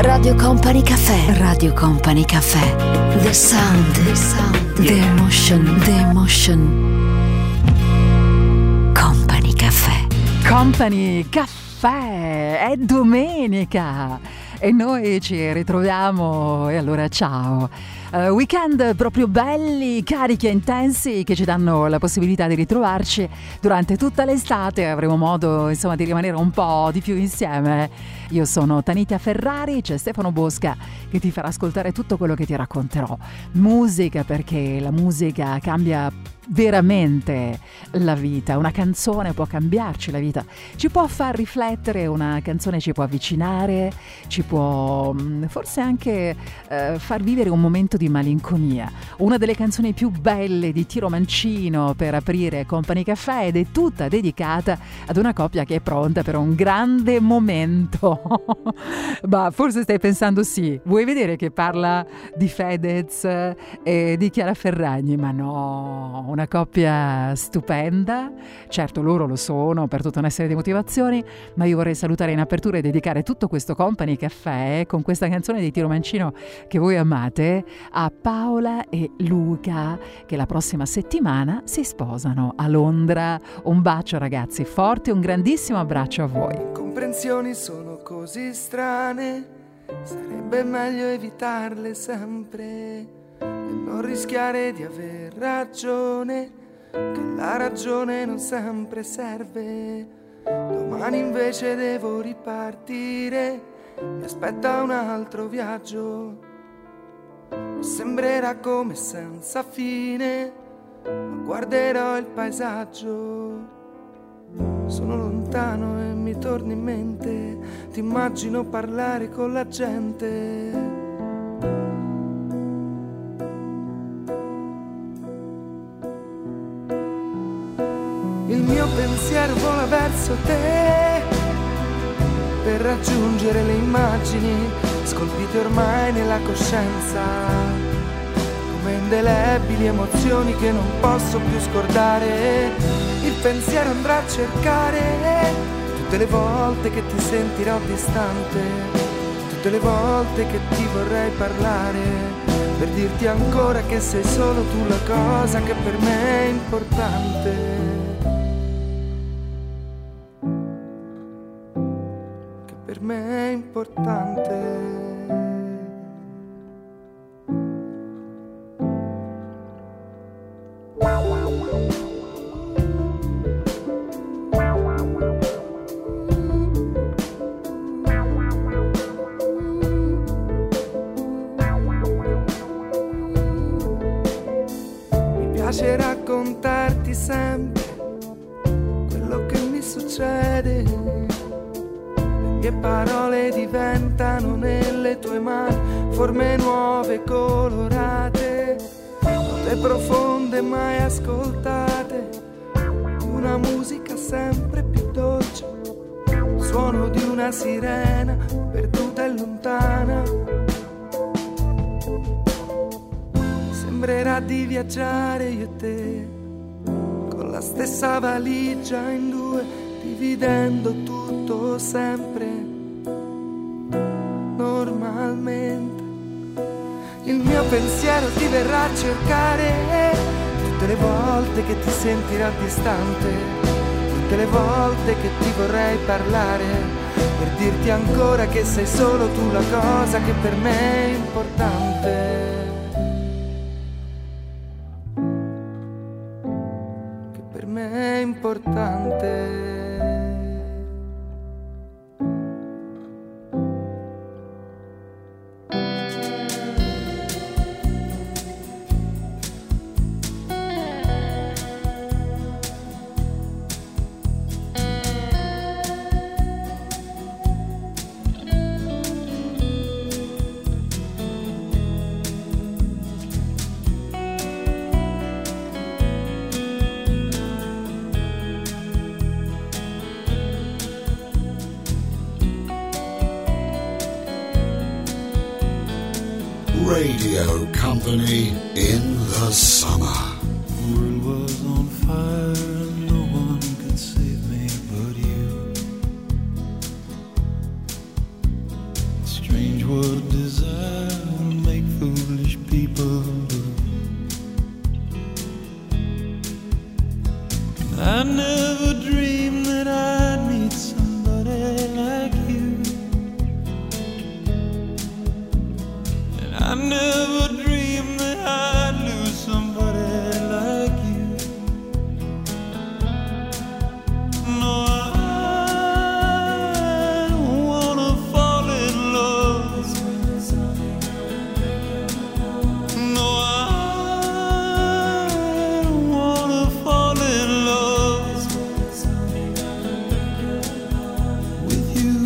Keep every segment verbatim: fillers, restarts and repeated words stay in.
Radio Company Cafè. Radio Company Cafè. The sound. The sound. The emotion. The emotion. Company Cafè. Company Cafè. È domenica e noi ci ritroviamo e allora ciao. Uh, weekend proprio belli, carichi e intensi che ci danno la possibilità di ritrovarci durante tutta l'estate. Avremo modo insomma di rimanere un po' di più insieme. Io sono Tanitia Ferrari, c'è Stefano Bosca che ti farà ascoltare tutto quello che ti racconterò. Musica, perché la musica cambia veramente la vita. Una canzone può cambiarci la vita, ci può far riflettere, una canzone ci può avvicinare, ci può forse anche eh, far vivere un momento di malinconia. Una delle canzoni più belle di Tiro Mancino per aprire Company Cafè ed è tutta dedicata ad una coppia che è pronta per un grande momento. Ma forse stai pensando, sì, vuoi vedere che parla di Fedez e di Chiara Ferragni? Ma no, una coppia stupenda. Certo, loro lo sono per tutta una serie di motivazioni, ma io vorrei salutare in apertura e dedicare tutto questo Company Cafè con questa canzone di Tiro Mancino che voi amate a Paola e Luca, che la prossima settimana si sposano a Londra. Un bacio ragazzi, forte, un grandissimo abbraccio a voi. Comprensioni sono così strane, sarebbe meglio evitarle sempre e non rischiare di aver ragione, che la ragione non sempre serve. Domani invece devo ripartire, mi aspetta un altro viaggio. Sembrerà come senza fine, ma guarderò il paesaggio. Sono lontano e mi torni in mente, ti immagino parlare con la gente. Il mio pensiero vola verso te per raggiungere le immagini scolpite ormai nella coscienza, come indelebili emozioni che non posso più scordare. Il pensiero andrà a cercare tutte le volte che ti sentirò distante, tutte le volte che ti vorrei parlare, per dirti ancora che sei solo tu la cosa che per me è importante. Che per me è importante. Piace raccontarti sempre quello che mi succede. Le mie parole diventano nelle tue mani forme nuove colorate, note profonde mai ascoltate, una musica sempre più dolce, suono di una sirena perduta e lontana. Sembrerà di viaggiare io e te con la stessa valigia in due, dividendo tutto sempre normalmente. Il mio pensiero ti verrà a cercare tutte le volte che ti sentirà distante, tutte le volte che ti vorrei parlare, per dirti ancora che sei solo tu la cosa che per me è importante. È importante. Radio Company in the summer. The world was on fire and no one could save me but you. It's Strange what desire will make foolish people do. I never dreamed that I'd meet somebody like you, and I never dreamed that I'd lose somebody like you. No, I don't wanna fall in love. No, I don't wanna fall in love with you.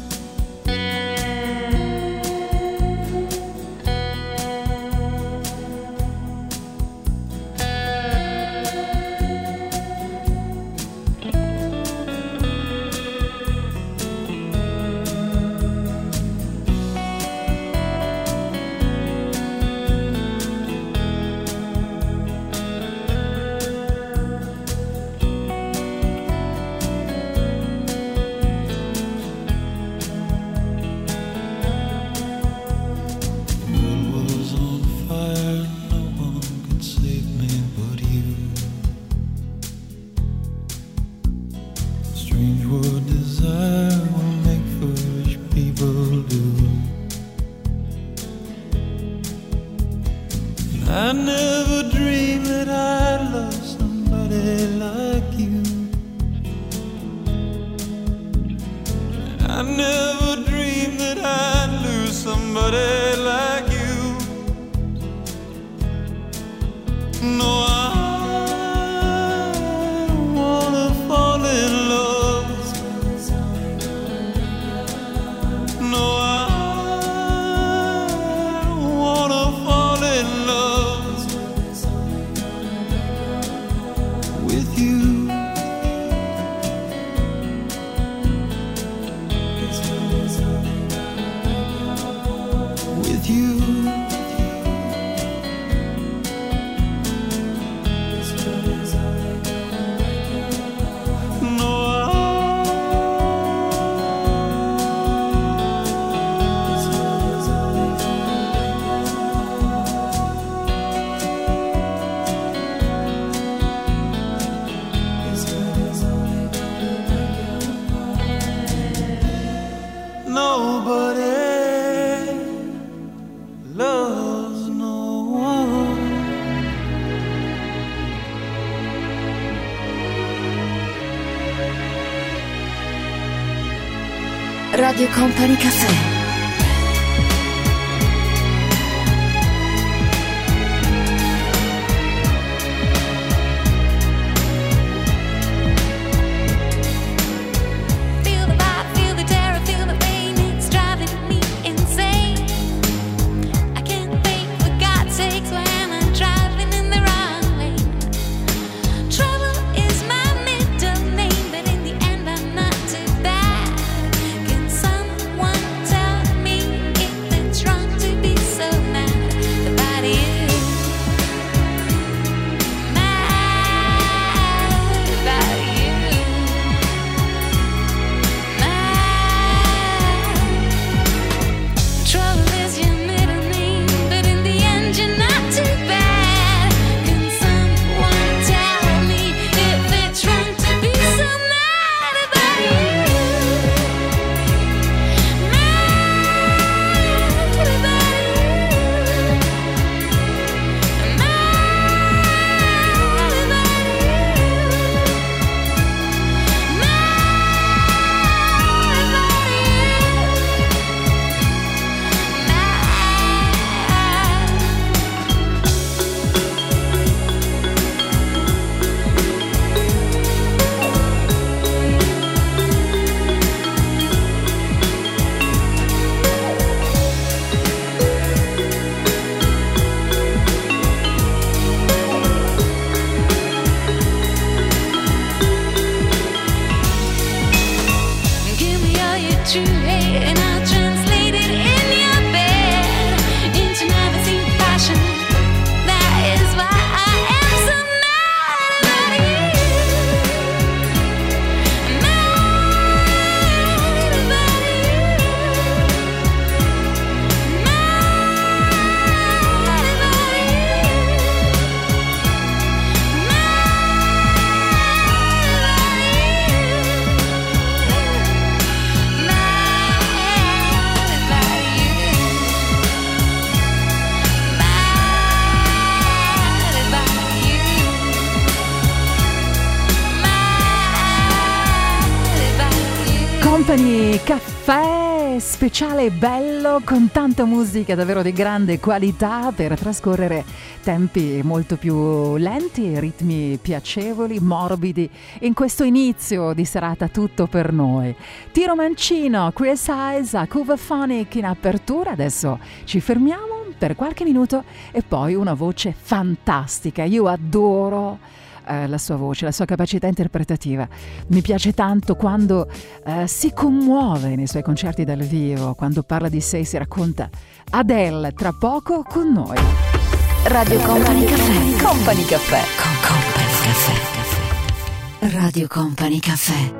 The world was on fire, no one could save me but you. Strange what desire will make foolish people do. I never dreamed that I'd love somebody like you. I never dreamed that I'd lose somebody like you. No, I don't wanna fall in love. No, I don't wanna fall in love with you. With you. No, nobody loves no one. Radio Company Cafè. Feel the vibe, feel the terror, feel the pain. It's driving me insane. I can't think, for God's sakes, when I'm driving in the wrong lane. Trouble is my middle name, but in the end I'm not too bad. Can someone tell Company Caffè speciale bello con tanta musica davvero di grande qualità per trascorrere tempi molto più lenti, ritmi piacevoli, morbidi in questo inizio di serata tutto per noi. Tiro Mancino, Chris Hayes, Cuba Phonic in apertura, adesso ci fermiamo per qualche minuto e poi una voce fantastica, io adoro la sua voce, la sua capacità interpretativa. Mi piace tanto quando uh, si commuove nei suoi concerti dal vivo, quando parla di sé, si racconta. Adele, tra poco con noi. Radio Company Caffè. Company Caffè. Con Company Caffè. Radio Company Caffè.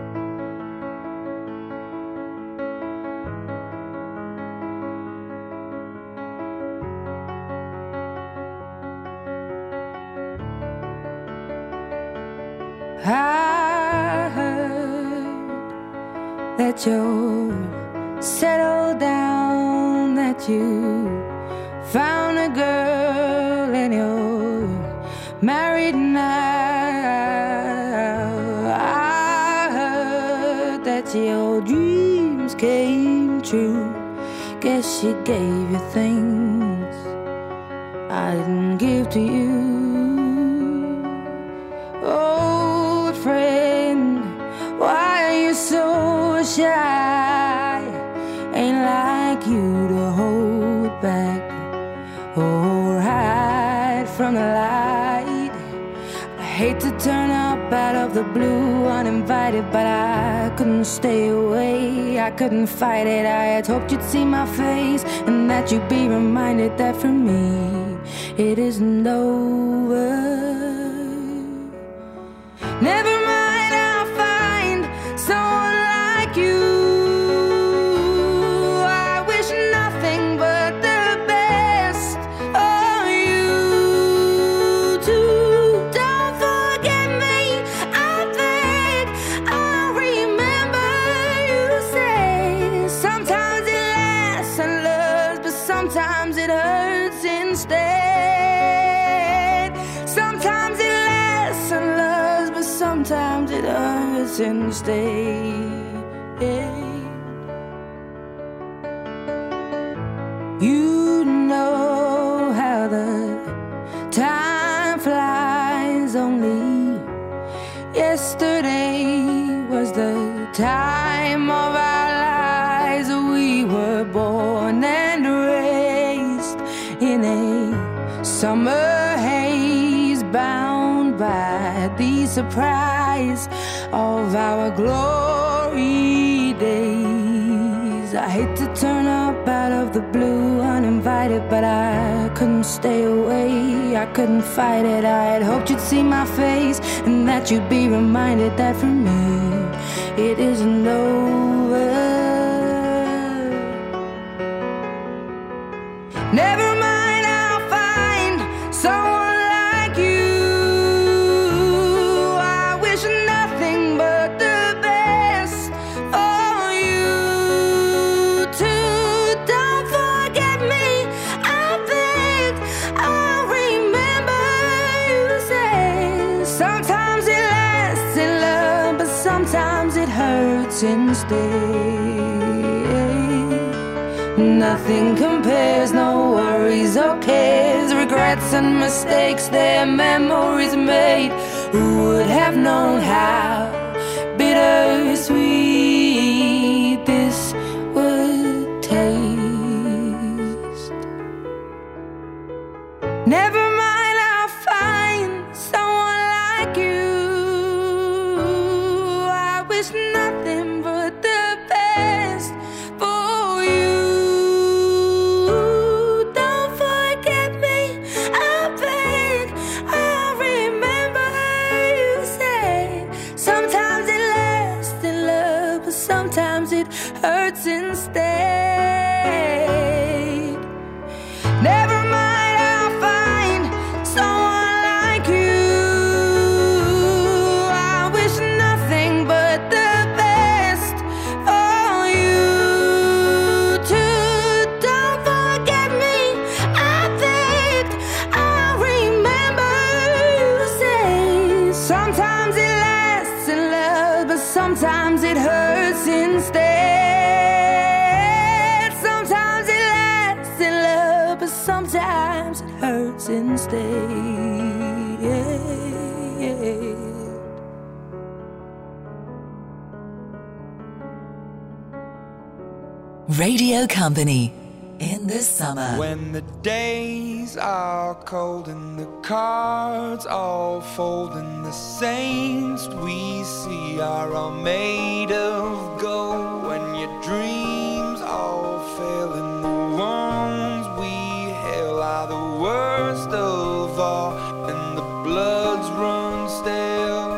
I heard that you're settled down, that you found a girl and you're married now. I heard that your dreams came true. Guess she gave you things I didn't give to you. Old friend, why are you so shy? Ain't like you to hold back or hide from the light. I hate to turn up out of the blue uninvited, but I couldn't stay away, I couldn't fight it. I had hoped you'd see my face and that you'd be reminded that for me it isn't over. Never mind, I'll find someone like you. I wish nothing but the best for you too. Don't forget me, I beg. I remember you say sometimes it lasts and loves, but sometimes it hurts instead. Sometimes it lasts and loves, but sometimes it hurts instead. You know how the time flies. Only yesterday was the time of our lives. We were born and raised in a summer haze, bound by the surprise of our glory days. I hate to turn up out of the blue uninvited, but I couldn't stay away, I couldn't fight it. I had hoped you'd see my face and that you'd be reminded that for me it isn't over. Never mind, I'll find someone like you. I wish nothing but the best for you too. Don't forget me, I beg. I remember you say sometimes it lasts in love, but sometimes it hurts instead. Nothing compares, no worries or cares, regrets and mistakes, their memories made. Who would have known how bittersweet this would taste? Never mind, I'll find someone like you. I wish nothing but the best for you. Don't forget me, I beg. I remember you said sometimes it lasts in love, but sometimes it hurts instead. Never mind, I'll find sometimes it hurts instead. Radio Company in the summer. When the days are cold and the cards all fold and the saints we see are all made of gold, when your dreams all fail and the ones we hail are the worst of all and the bloods run stale,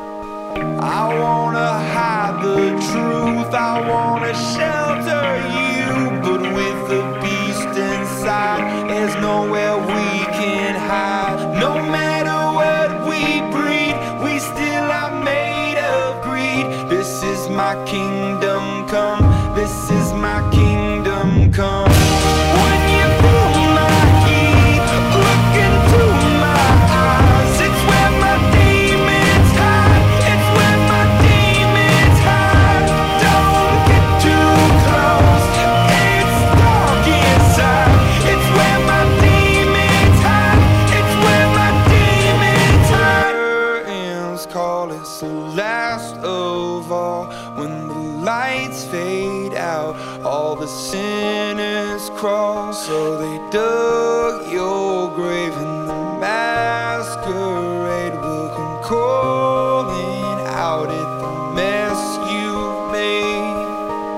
I wanna hide the truth, I wanna shelter you, but with the beast inside, there's nowhere we can hide. No matter what we breed, we still are made of greed. This is my kingdom come, this is my kingdom come. When you feel my heat, look into my eyes, it's where my demons hide, it's where my demons hide. Don't get too close, it's dark inside, it's where my demons hide, it's where my demons hide. Curtains call, it's the last of all. When the lights fade out, all the sinners crawl. So they dug your grave and the masquerade will come calling out at the mess you've made.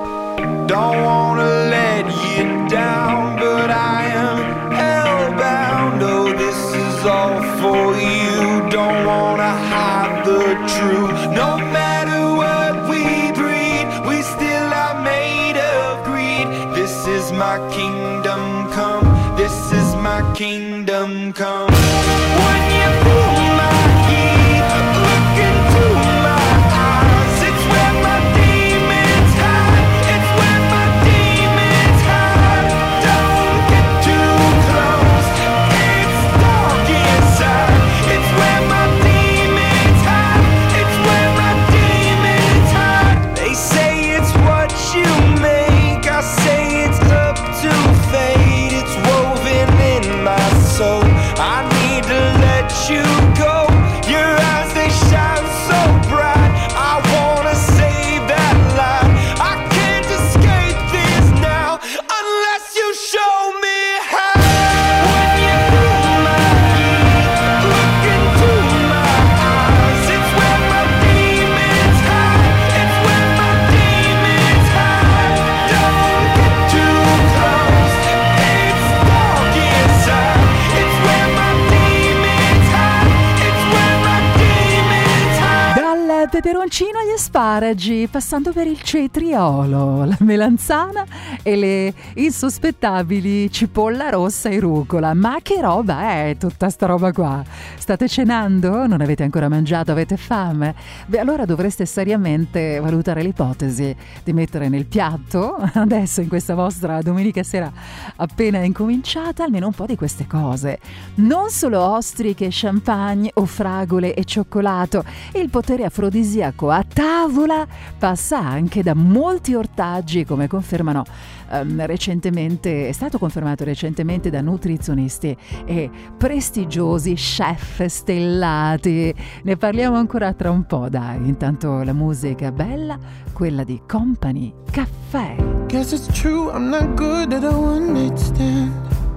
Don't wanna let you down, but I am hellbound. Oh, this is all for you. Don't wanna hide the truth. No matter what we breed, we still are made of greed. This is my kingdom come, this is my kingdom come. When you feel my heat, look into my eyes, it's where my demons hide, it's where my demons hide. Don't get too close, it's dark inside, it's where my demons hide, it's where my demons hide. They say it's what you make, I say it's up to fate, it's woven in my soul. I need to let you go, your eyes they shine so bright, I wanna save that light. I can't escape this now unless you show me how. When you feel my heat, look into my eyes, it's where my demons hide, it's where my demons hide. Don't get too close, it's dark inside, it's where my demons hide, it's where my demons hide. Dal peperoncino agli asparagi, passando per il cetriolo, la melanzana e le insospettabili cipolla rossa e rucola. Ma che roba è tutta sta roba qua? State cenando? Non avete ancora mangiato? Avete fame? Beh, allora dovreste seriamente valutare l'ipotesi di mettere nel piatto, adesso in questa vostra domenica sera appena incominciata, almeno un po' di queste cose. Non solo ostriche, champagne o fragole e cioccolato. Il potere afrodisiaco a tavola passa anche da molti ortaggi, come confermano um, recentemente, è stato confermato recentemente da nutrizionisti e prestigiosi chef stellati. Ne parliamo ancora tra un po', dai. Intanto la musica bella, quella di Company Caffè. Guess it's true, I'm not good at a one night stand,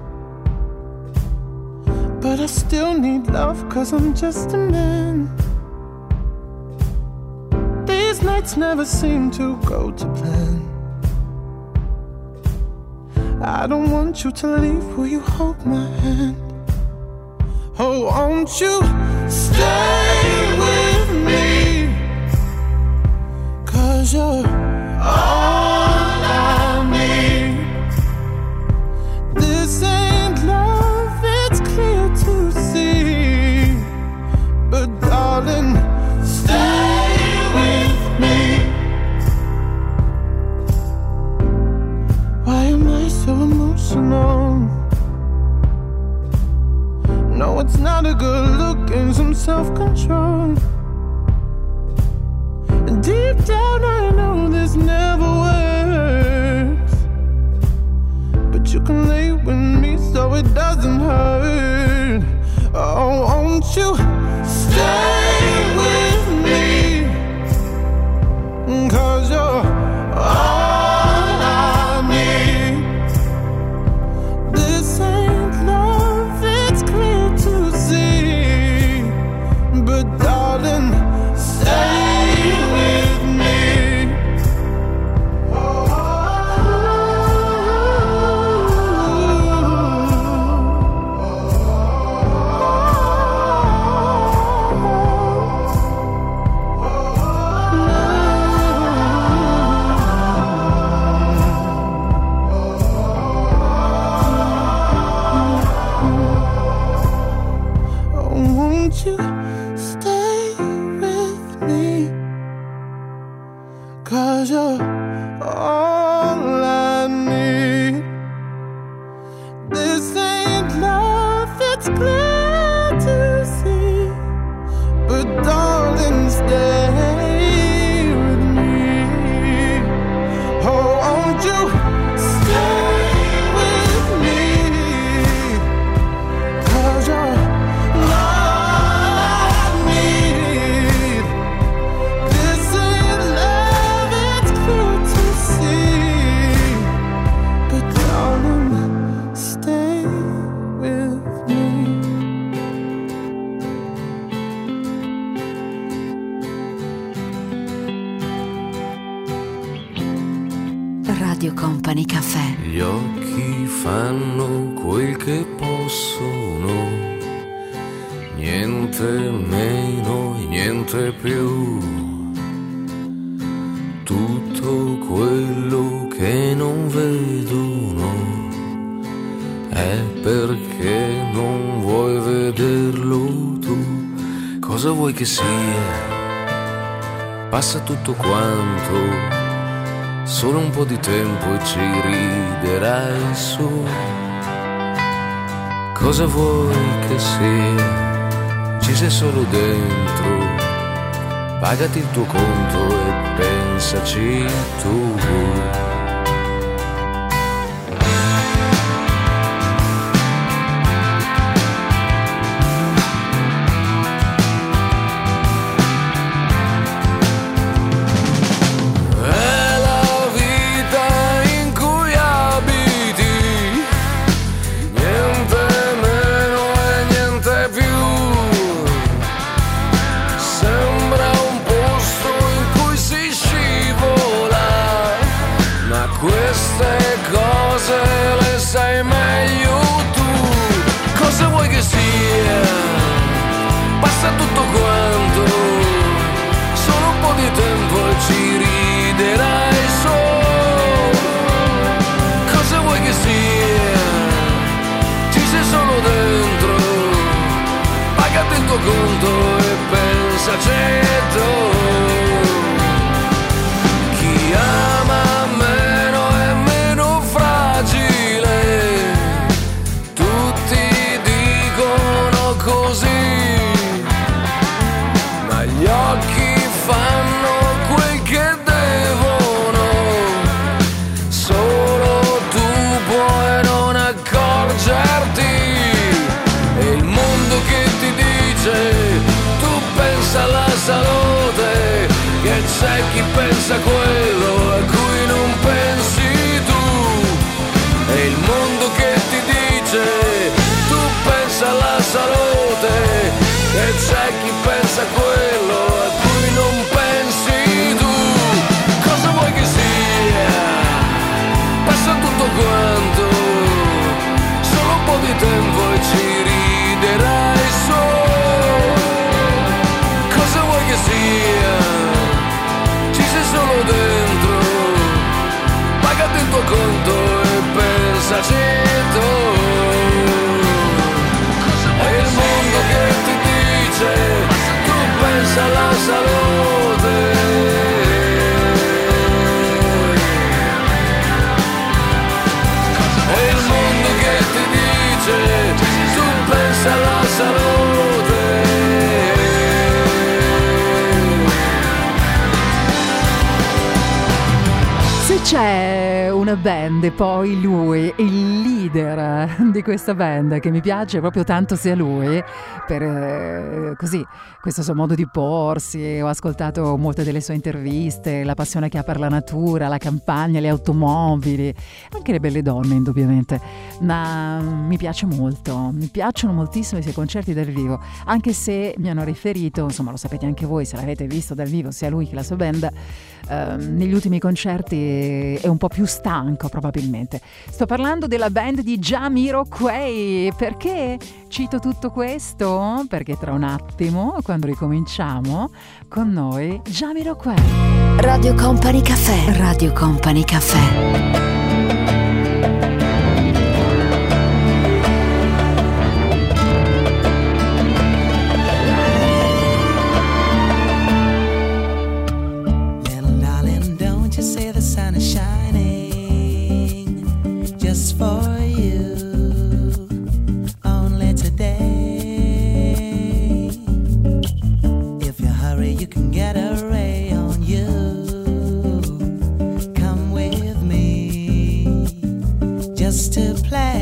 but I still need love, cause I'm just a man. These nights never seem to go to plan. I don't want you to leave, will you hold my hand? Oh, won't you stay with me? Cause you're all I need. This ain't love, it's clear to see. But darling, stay with me. Why am I so emotional? No, it's not a good look and some self-control. Deep down I know this never works, but but you can lay with me so it doesn't hurt. Oh, won't you stay with me? 'Cause you're all I need. This ain't love, it's clear to see. But darling, stay with me. Won't you stay with me? 'Cause you're all I need. This ain't love, it's clear to see. But darling, stay with me. Oh, won't you stay with me? 'Cause you're Radio Company Cafè. Gli occhi fanno quel che possono, niente meno e niente più. Tutto quello che non vedono è perché non vuoi vederlo tu. Cosa vuoi che sia? Passa tutto quanto. Solo un po' di tempo e ci riderai su. Cosa vuoi che sia? Ci sei solo dentro. Pagati il tuo conto e pensaci tu. Passa tutto quanto, solo un po' di tempo e ci riderai su. Cosa vuoi che sia? Ci sei solo dentro. Pagati il tuo conto e pensaci tu. Chi ama meno è meno fragile. Tutti dicono così. Gli occhi fanno quel che devono, solo tu puoi non accorgerti. E il mondo che ti dice, tu pensa alla salute, che c'è chi pensa quello a cui non pensi tu. E il mondo che ti dice, tu pensa alla salute, e c'è chi pensa quello a cui non pensi tu. Cosa vuoi che sia? Passa tutto quanto, solo un po' di tempo e ci riderai su. Cosa vuoi che sia? Ci sei solo dentro. Pagati il tuo conto e pensaci tu. È il mondo che ti dice, tu pensa alla salute. È il mondo che ti dice, tu pensa alla salute. Se c'è una una band e poi lui, il leader di questa band, che mi piace proprio tanto sia lui, per eh, così, questo suo modo di porsi. Ho ascoltato molte delle sue interviste, la passione che ha per la natura, la campagna, le automobili, anche le belle donne indubbiamente, ma mi piace molto, mi piacciono moltissimo i suoi concerti dal vivo, anche se mi hanno riferito, insomma lo sapete anche voi se l'avete visto dal vivo, sia lui che la sua band, eh, negli ultimi concerti è un po' più stanco probabilmente. Sto parlando della band di Jamiroquai. Perché cito tutto questo? Perché tra un attimo, quando ricominciamo, con noi Jamiroquai. Radio Company Cafè. Radio Company Cafè. Just for you, only today. If you hurry, you can get a ray on you. Come with me, just to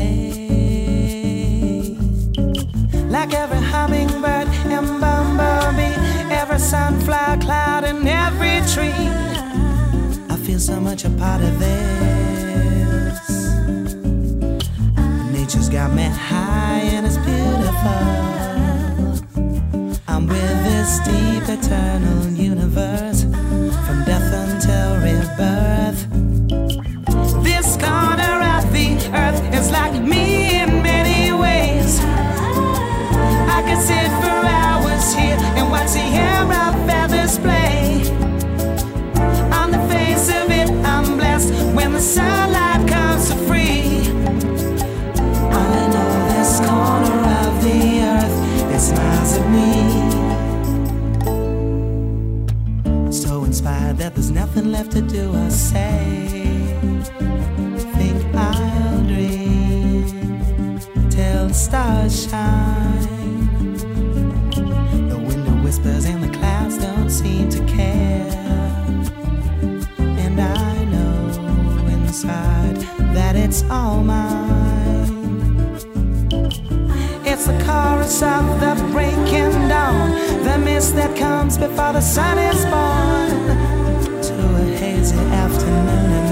play. Like every hummingbird and bumblebee, every sunflower cloud and every tree, I feel so much a part of this. Nature's got me high and it's beautiful. I'm with this deep eternal universe, from death until rebirth. This corner of the earth is like me in many ways. I could sit for hours here and watch the hair of feathers play. On the face of it I'm blessed when the sunlight comes so free. I know this corner of the earth, it smiles at me. So inspired that there's nothing left to do or say. Think I'll dream till the stars shine. The wind whispers and the clouds don't seem to care. And I know inside that it's all mine. It's the chorus of the breaking dawn, the mist that comes before the sun is born, to a hazy afternoon in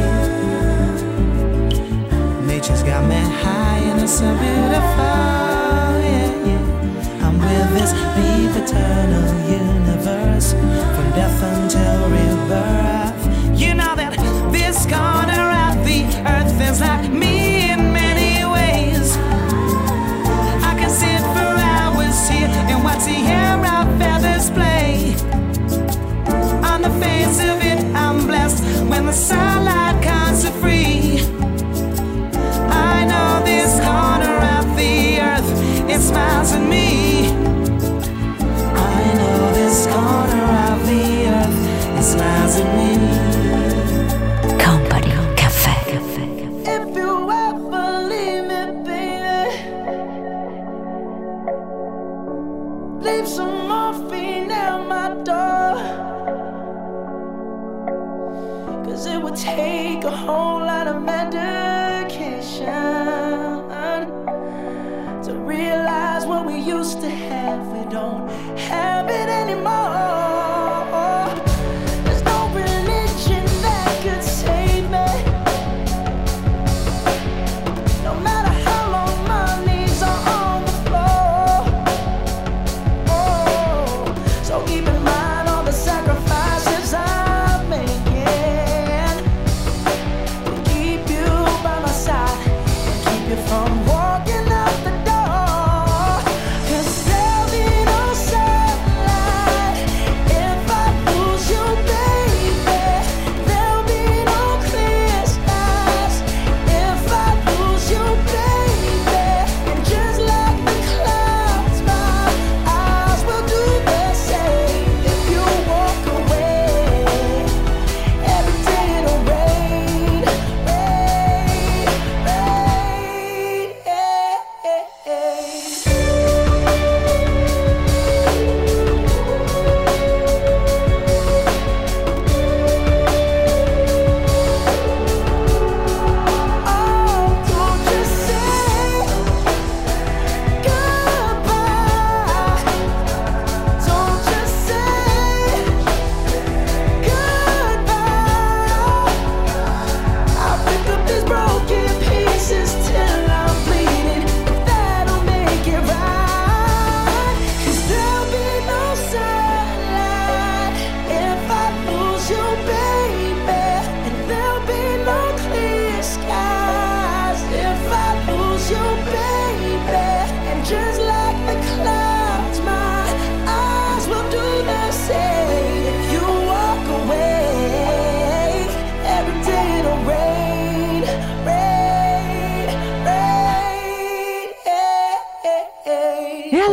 May. Nature's got me high and it's so beautiful, yeah, yeah. I'm with this deep eternal universe, from death until rebirth. You know that this corner of the earth is like me in many ways. I can sit for hours here and watch the hair of feathers play. On the face of it I'm blessed when the sunlight comes so free. I know this corner of the earth, it smiles at me. I know this corner of the earth, it smiles at me. Company Cafè. If you ever leave me, baby, leave some morphine at my door. Cause it would take a whole lot of medication to realize what we used to have, we don't have it anymore. There's no religion that could save me. No matter how long my knees are on the floor. Oh, so keep in mind all the sacrifices I'm making to keep you by my side and keep you from walking out the door. Cause there'll be no sunlight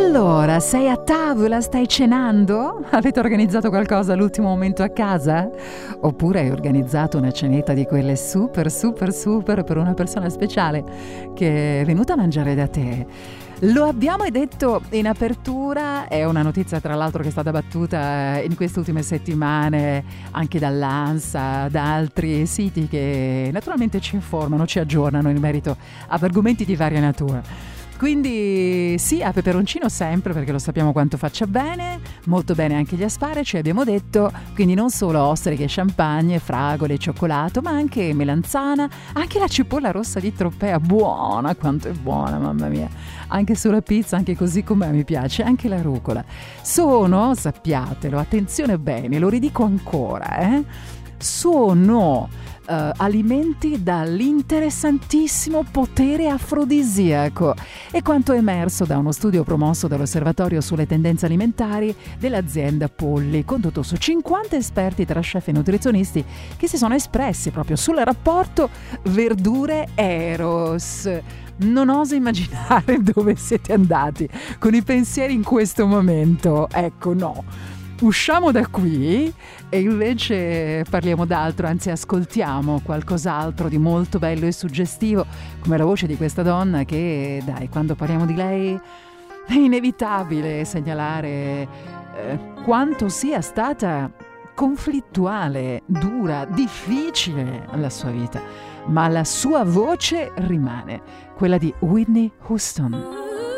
Allora, sei a tavola, stai cenando? Avete organizzato qualcosa all'ultimo momento a casa? Oppure hai organizzato una cenetta di quelle super, super, super per una persona speciale che è venuta a mangiare da te? Lo abbiamo detto in apertura, è una notizia tra l'altro che è stata battuta in queste ultime settimane anche dall'ANSA, da altri siti che naturalmente ci informano, ci aggiornano in merito ad argomenti di varia natura. Quindi sì, a peperoncino sempre, perché lo sappiamo quanto faccia bene, molto bene anche gli asparagi, abbiamo detto, quindi non solo ostriche, champagne, fragole, cioccolato, ma anche melanzana, anche la cipolla rossa di Tropea, buona, quanto è buona, mamma mia, anche sulla pizza, anche così com'è mi piace, anche la rucola. Sono, sappiatelo, attenzione bene, lo ridico ancora, eh, sono... Uh, alimenti dall'interessantissimo potere afrodisiaco e quanto emerso da uno studio promosso dall'Osservatorio sulle tendenze alimentari dell'azienda Polli, condotto su cinquanta esperti tra chef e nutrizionisti che si sono espressi proprio sul rapporto verdure-eros. Non oso immaginare dove siete andati con i pensieri in questo momento, ecco no. Usciamo da qui e invece parliamo d'altro, anzi ascoltiamo qualcos'altro di molto bello e suggestivo, come la voce di questa donna che, dai, quando parliamo di lei è inevitabile segnalare eh, quanto sia stata conflittuale, dura, difficile la sua vita, ma la sua voce rimane, quella di Whitney Houston.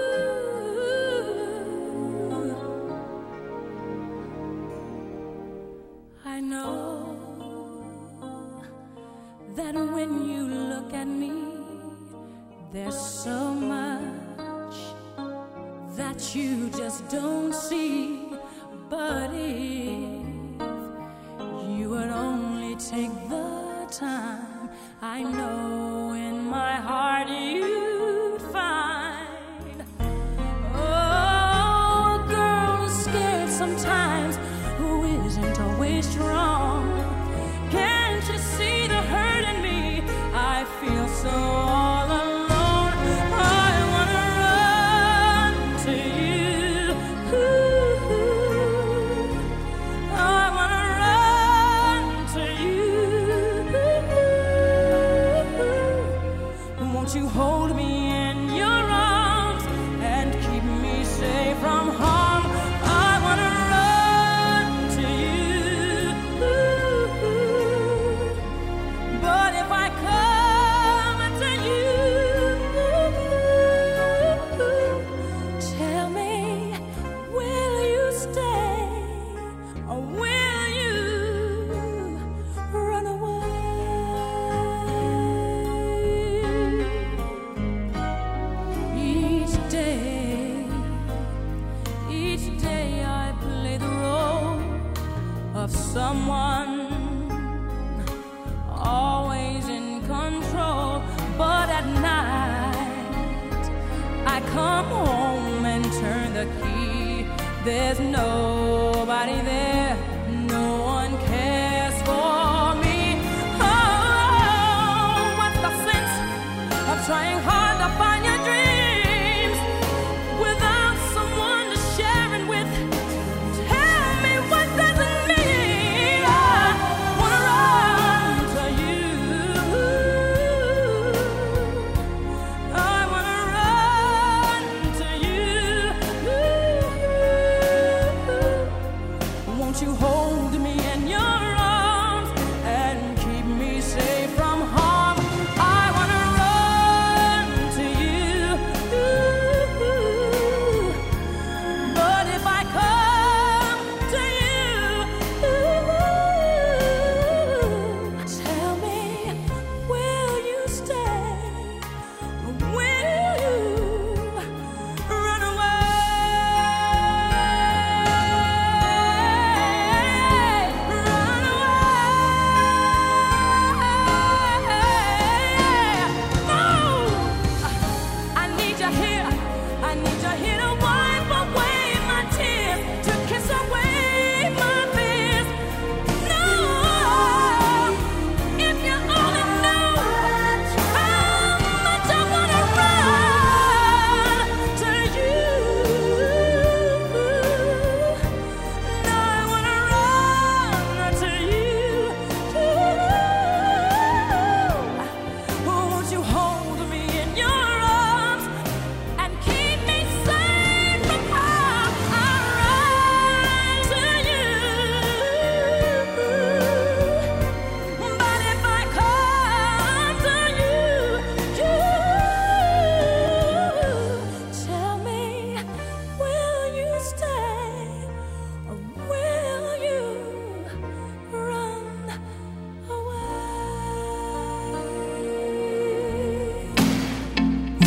That when you look at me, there's so much that you just don't see. But if you would only take the time, I know in my heart you'd find. Oh, a girl is scared sometimes who isn't always strong. Can't you see the hurt in me? I feel so all alone. I wanna run to you. Ooh, I wanna run to you. Won't you hold me in your arms and keep me safe from harm? I wanna run to you. But if I come to you, tell me, will you stay or will you run away? Each day, each day I play the role of someone always in control, but at night I come home and turn the key. There's nobody there, no one cares for me. Oh, what's the sense of trying hard to find your dreams without someone to share it with? Tell me, what does it mean? I wanna run to you. I wanna run to you. Won't you hold me in your arms and keep me safe from harm? I wanna run to you.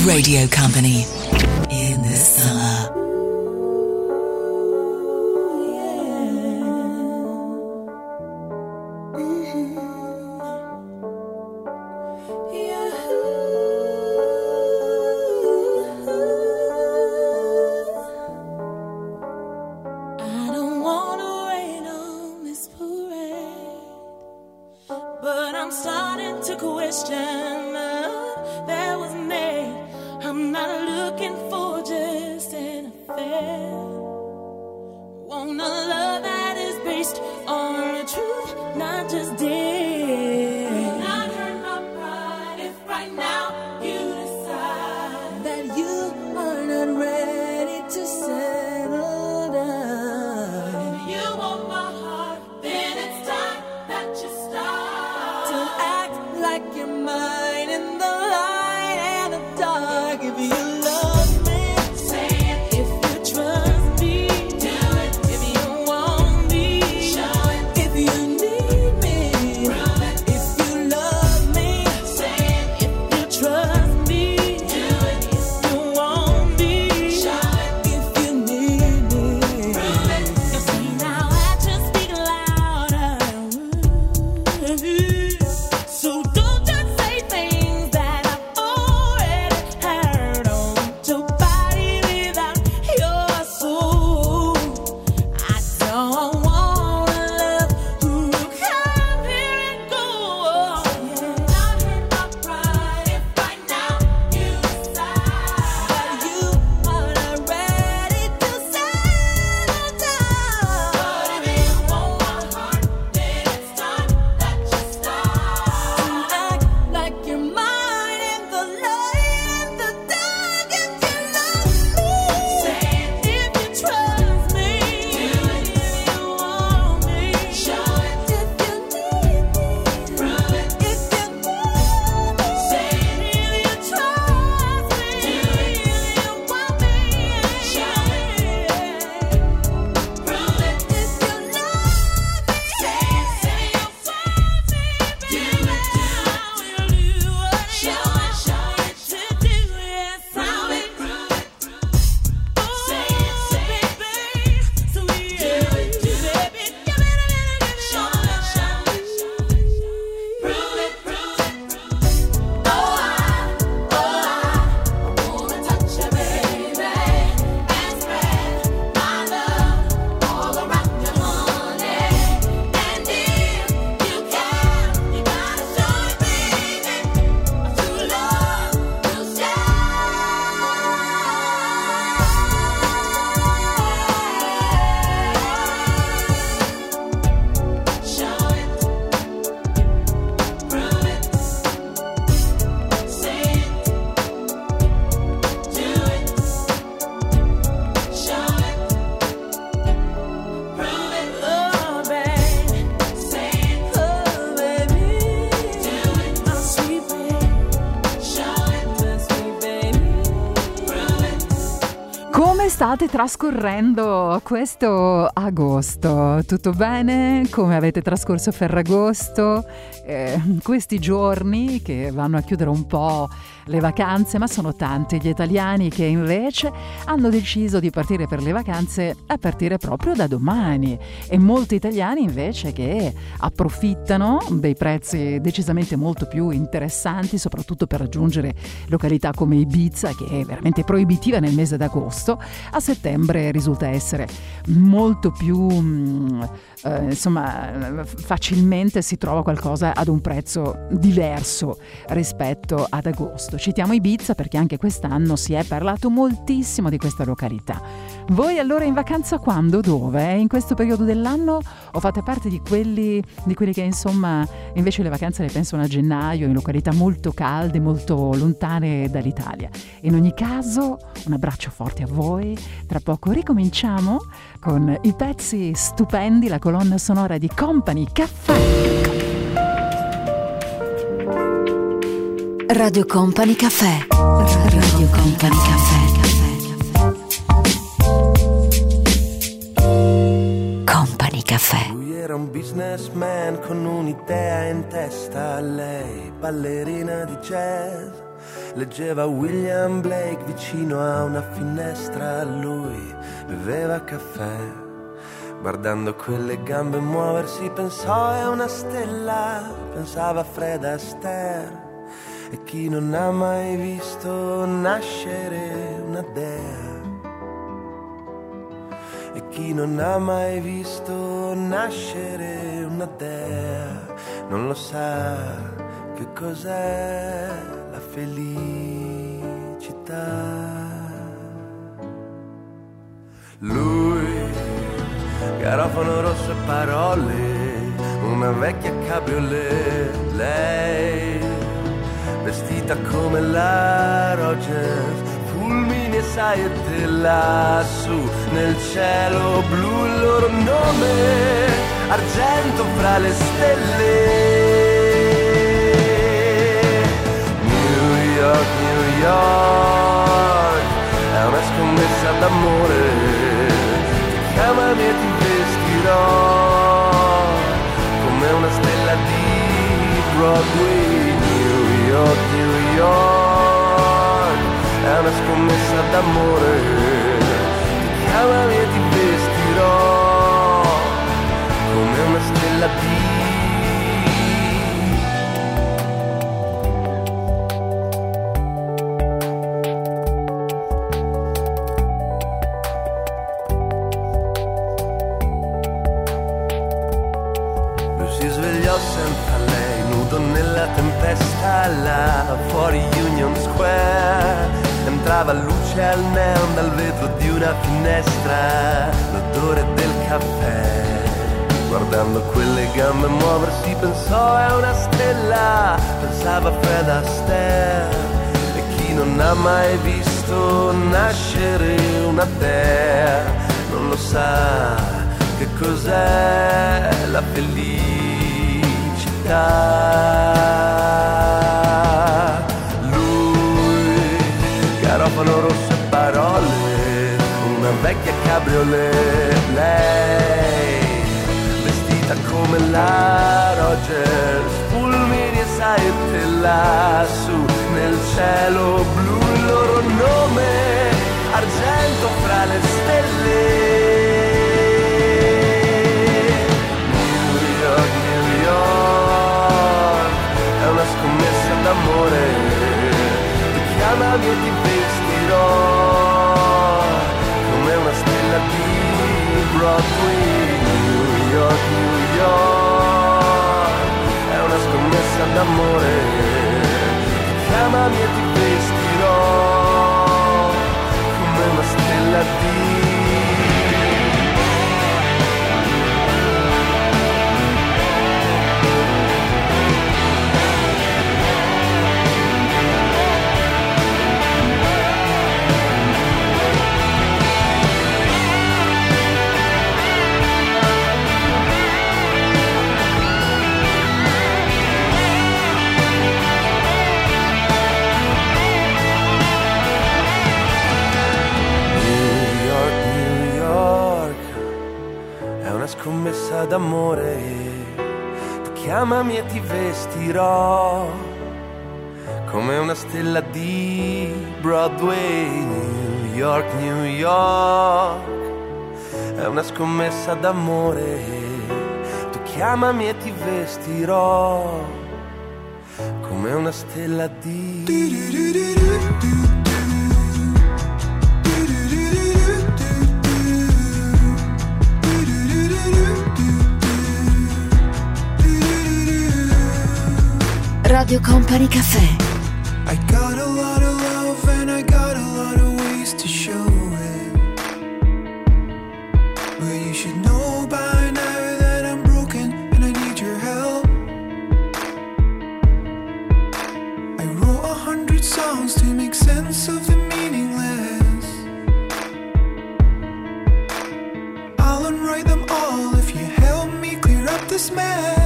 Radio Company in the summer. State trascorrendo questo agosto? Tutto bene? Come avete trascorso Ferragosto? Eh, questi giorni che vanno a chiudere un po' le vacanze, ma sono tanti gli italiani che invece hanno deciso di partire per le vacanze a partire proprio da domani, e molti italiani invece che approfittano dei prezzi decisamente molto più interessanti, soprattutto per raggiungere località come Ibiza, che è veramente proibitiva nel mese d'agosto. A settembre risulta essere molto più eh, insomma facilmente si trova qualcosa ad un prezzo diverso rispetto ad agosto. Citiamo Ibiza perché anche quest'anno si è parlato moltissimo di questa località. Voi allora in vacanza quando? Dove? In questo periodo dell'anno? O fate parte di quelli di quelli che insomma invece le vacanze le pensano a gennaio, in località molto calde, molto lontane dall'Italia? In ogni caso un abbraccio forte a voi. Tra poco ricominciamo con i pezzi stupendi, la colonna sonora di Company Caffè. Radio Company Caffè. Radio Company Caffè. Company Caffè. Lui era un businessman con un'idea in testa, lei ballerina di jazz. leggeva William Blake vicino a una finestra. Lui beveva caffè, guardando quelle gambe muoversi pensò è una stella, pensava a Fred Astaire. E chi non ha mai visto nascere una dea, e chi non ha mai visto nascere una dea non lo sa che cos'è la felicità. Lui, garofano rosso e parole, una vecchia cabriolet. Lei, vestita come la Rogers, fulmini e saette lassù nel cielo blu. Il loro nome, argento fra le stelle. New York, New York, è una scommessa d'amore. Ti chiamami e ti vestirò come una stella di Broadway. New York, New York, è una scommessa d'amore. Ti chiamami e ti vestirò come una stella di. Lui si svegliò senza lei, nudo nella tempesta là fuori Union Square. Entrava luce al neon dal vetro di una finestra, l'odore del caffè. Guardando quelle gambe muoversi pensò è una stella, pensava a Fred Astaire. E chi non ha mai visto nascere una dea non lo sa che cos'è la felicità. Lui, garofano rosso e parole, una vecchia cabriolet. Lei, vestita come la Rogers, fulmini e saette lassù nel cielo blu. Il loro nome, argento fra le stelle. New York, New York, è una scommessa d'amore. Ti chiamami e ti vestirò come una stella di Broadway. New York, New York, è una scommessa d'amore. Ti chiamami e ti vestirò come una stella di. Scommessa d'amore. Tu chiamami e ti vestirò come una stella di Broadway. New York, New York, è una scommessa d'amore. Tu chiamami e ti vestirò come una stella di. Radio Company Café. I got a lot of love and I got a lot of ways to show it. But you should know by now that I'm broken and I need your help. I wrote a hundred songs to make sense of the meaningless. I'll unwrite them all if you help me clear up this mess.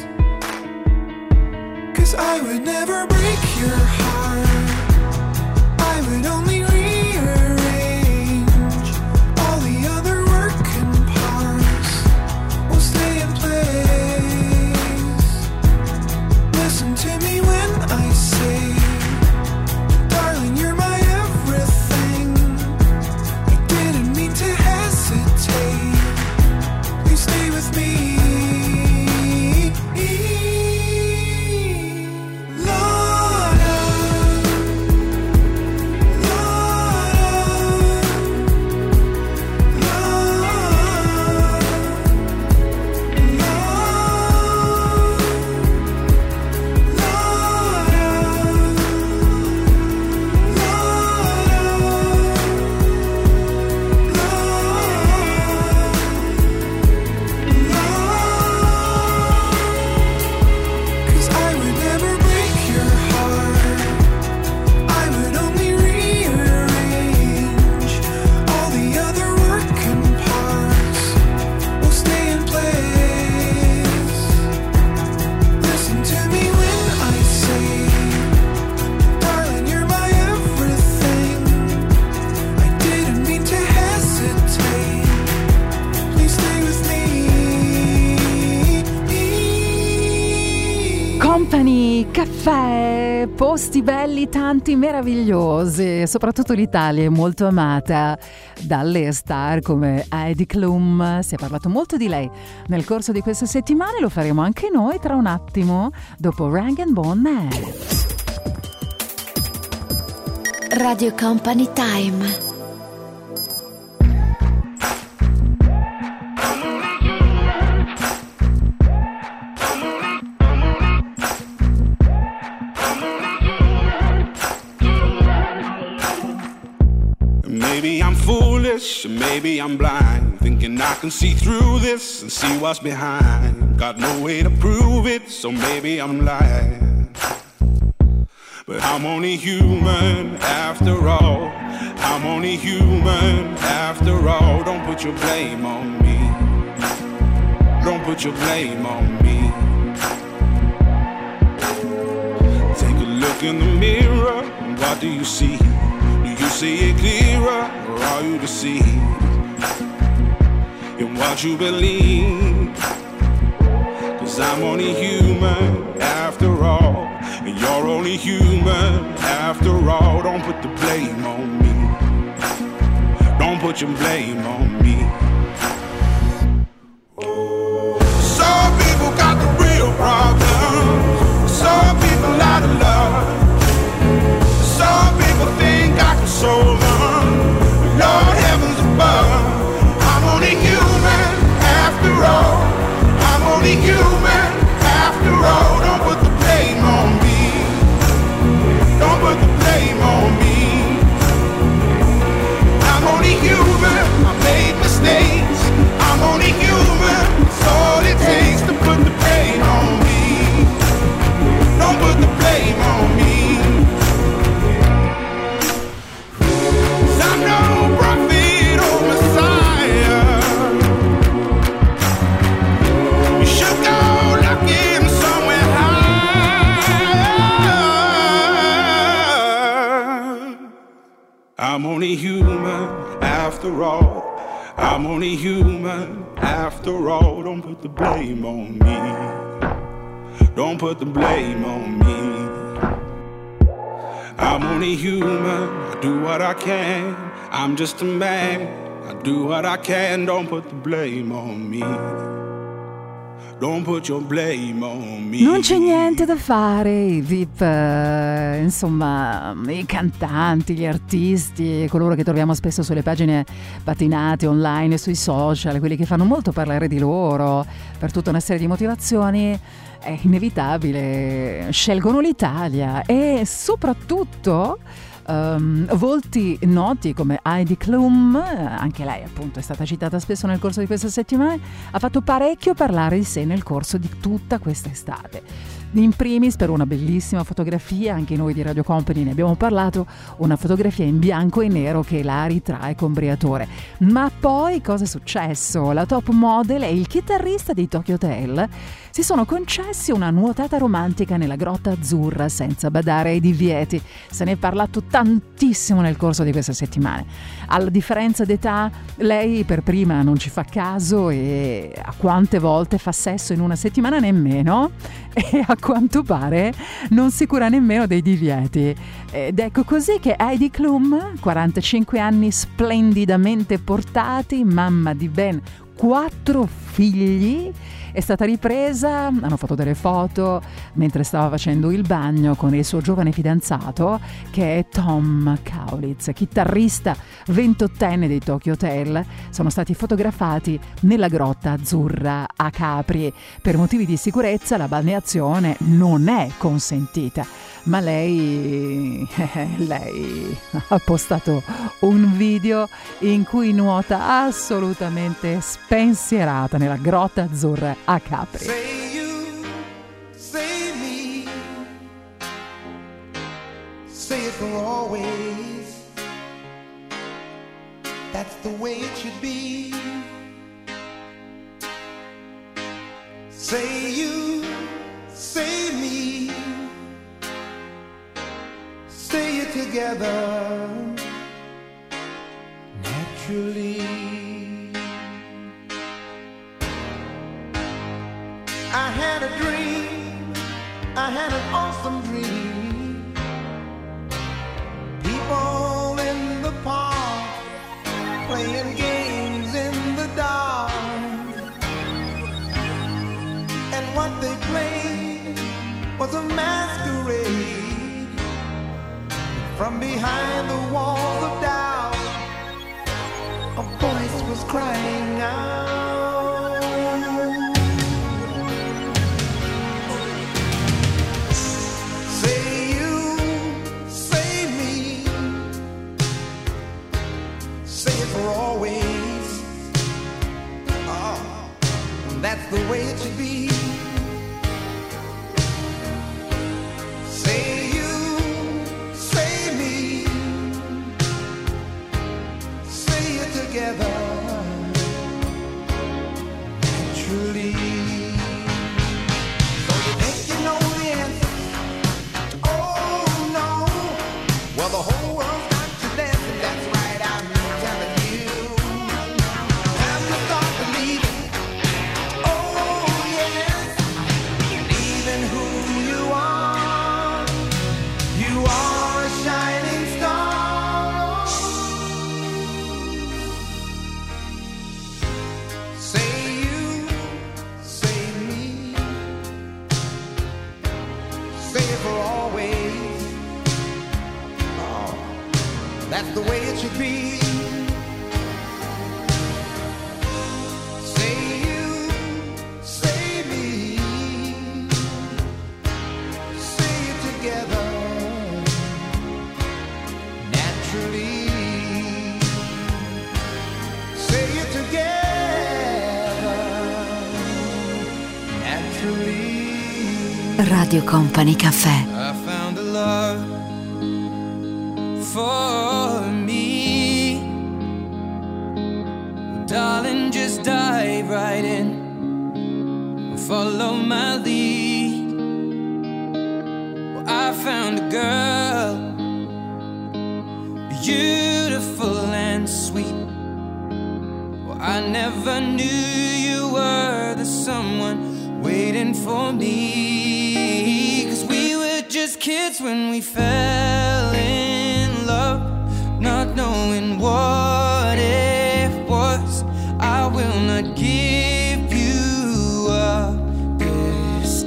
I would never break your heart, I would only rearrange all the other working parts will stay in place. Listen to me when I say Caffè, posti belli, tanti meravigliosi, soprattutto l'Italia è molto amata dalle star come Heidi Klum. Si è parlato molto di lei nel corso di queste settimane, lo faremo anche noi tra un attimo dopo Rag and Bone Man. Radio Company Time. Maybe I'm foolish, maybe I'm blind, thinking I can see through this and see what's behind. Got no way to prove it, so maybe I'm lying. But I'm only human after all. I'm only human after all. Don't put your blame on me. Don't put your blame on me. Take a look in the mirror, what do you see? You see it clearer, or are you deceived in what you believe? Cause I'm only human after all, and you're only human after all. Don't put the blame on me. Don't put your blame on me. Some people got the real problem. Some people out of love. Some people think I can solve them. Lord heavens above, I'm only human after all. I'm only human after all. Don't put the blame on me. Don't put the blame on me. I'm only human. I made mistakes. I'm only human. It's all it takes to put the blame on me. Don't put the blame on me. I'm no prophet or Messiah. You should go looking somewhere higher. I'm only human after all. I'm only human after all. Don't put the blame on me. Don't put the blame on me. I'm only human, I do what I can. I'm just a man, I do what I can. Don't put the blame on me. Don't put your blame on me. Non c'è niente da fare, i V I P, eh, insomma, i cantanti, gli artisti, coloro che troviamo spesso sulle pagine patinate online e sui social, quelli che fanno molto parlare di loro per tutta una serie di motivazioni, è inevitabile, scelgono l'Italia e soprattutto um, volti noti come Heidi Klum, anche lei appunto è stata citata spesso nel corso di queste settimane, ha fatto parecchio parlare di sé nel corso di tutta questa estate. In primis per una bellissima fotografia, anche noi di Radio Company ne abbiamo parlato, una fotografia in bianco e nero che la ritrae con Briatore. Ma poi cosa è successo? La top model e il chitarrista dei Tokyo Hotel si sono concessi una nuotata romantica nella Grotta Azzurra senza badare ai divieti. Se ne è parlato tantissimo nel corso di queste settimane. Alla differenza d'età, lei per prima non ci fa caso e a quante volte fa sesso in una settimana nemmeno, e a quanto pare non si cura nemmeno dei divieti. Ed ecco così che Heidi Klum, quarantacinque anni splendidamente portati, mamma di ben quattro figli, è stata ripresa, hanno fatto delle foto mentre stava facendo il bagno con il suo giovane fidanzato che è Tom Kaulitz, chitarrista ventottenne dei Tokyo Hotel. Sono stati fotografati nella Grotta Azzurra a Capri. Per motivi di sicurezza la balneazione non è consentita, ma lei, lei ha postato un video in cui nuota assolutamente spensierata nella Grotta Azzurra a Capri. Say you, say me, say it for always. That's the way it should be. Say you, say me, say it together naturally. I had a dream, I had an awesome was a masquerade. From behind the walls of doubt, a voice was crying out. Say you, say me, say it for always. Oh, that's the way it should be. Say you, say me, say it together, naturally. So you think you know the answer? Oh no. Well, the whole world's got you dancing. That's right, I'm telling you. Time to start believing. Oh yes, believing who you are. You are a shining star. Say you, say me, say it for always. Oh, that's the way it should be. Say you, say me, say it together, naturally. Say it together, naturally. Radio Company Caffè. I found a love for me. Darling, just dive right in, follow my lead. Well, I found a girl, beautiful and sweet. Well, I never knew you were the someone waiting for me. 'Cause we were just kids when we fell in love, not knowing what it was. I will not give you up this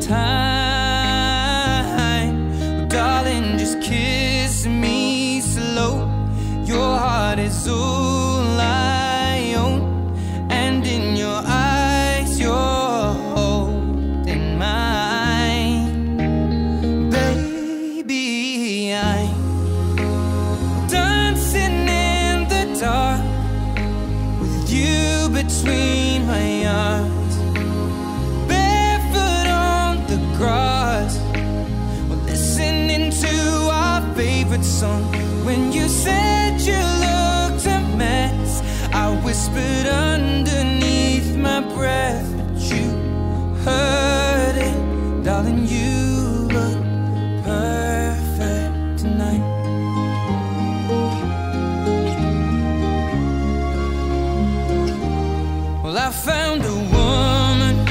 time. Darling, just kiss me slow. Your heart is all I own, and in your eyes you're holding mine. Baby, I'm dancing in the dark with you between my arms, barefoot on the grass, listening to our favorite song. When you said you looked a mess, I whispered underneath my breath, but you heard it. Darling, you look perfect tonight. Well, I found a woman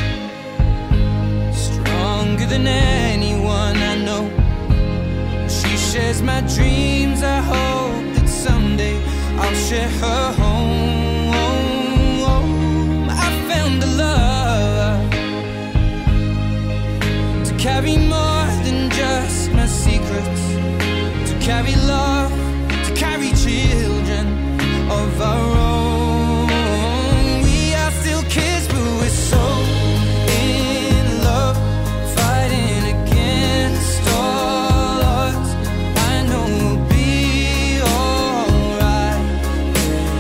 stronger than anyone I know. She shares my dreams. I hope that someday I'll share her home. I found a love to carry more than just my secrets, to carry love, to carry children of our own. We are still kids, but we're so in love, fighting against all odds. I know we'll be alright.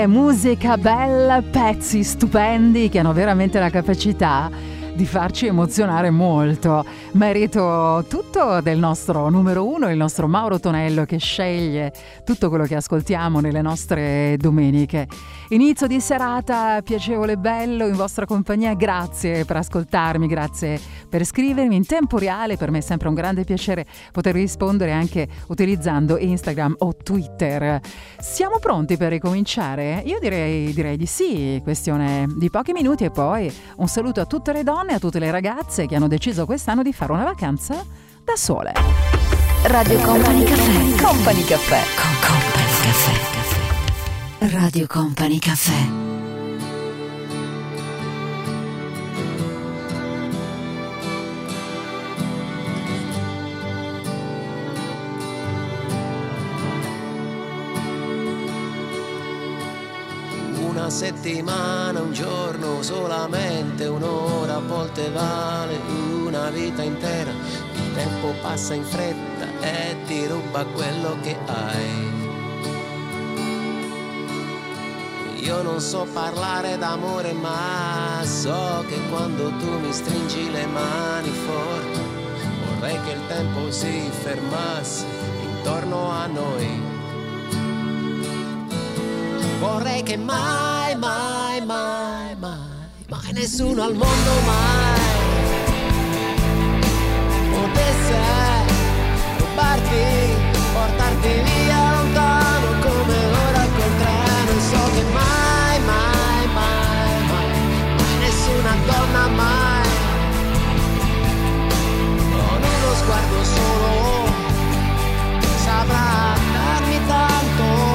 è musica bella, pezzi stupendi che hanno veramente la capacità di farci emozionare molto. Merito tutto del nostro numero uno, il nostro Mauro Tonello, che sceglie tutto quello che ascoltiamo nelle nostre domeniche. Inizio di serata piacevole e bello in vostra compagnia. Grazie per ascoltarmi, grazie per scrivermi in tempo reale. Per me è sempre un grande piacere poter rispondere anche utilizzando Instagram o Twitter. Siamo pronti per ricominciare? Io direi, direi di sì, questione di pochi minuti, e poi un saluto a tutte le donne, a tutte le ragazze che hanno deciso quest'anno di fare una vacanza da sole. Radio Company Cafè. Company Cafè. Con Company Cafè. Radio Company Cafè. Una settimana, un giorno, solamente un'ora, a volte vale una vita intera. Il tempo passa in fretta e ti ruba quello che hai. Io non so parlare d'amore, ma so che quando tu mi stringi le mani forte, vorrei che il tempo si fermasse intorno a noi. Vorrei che mai, mai, mai, mai, mai nessuno al mondo mai potesse rubarti, portarti via lontano come ora col treno. E so che mai, mai, mai, mai, mai nessuna donna mai, con uno sguardo solo, saprà darmi tanto.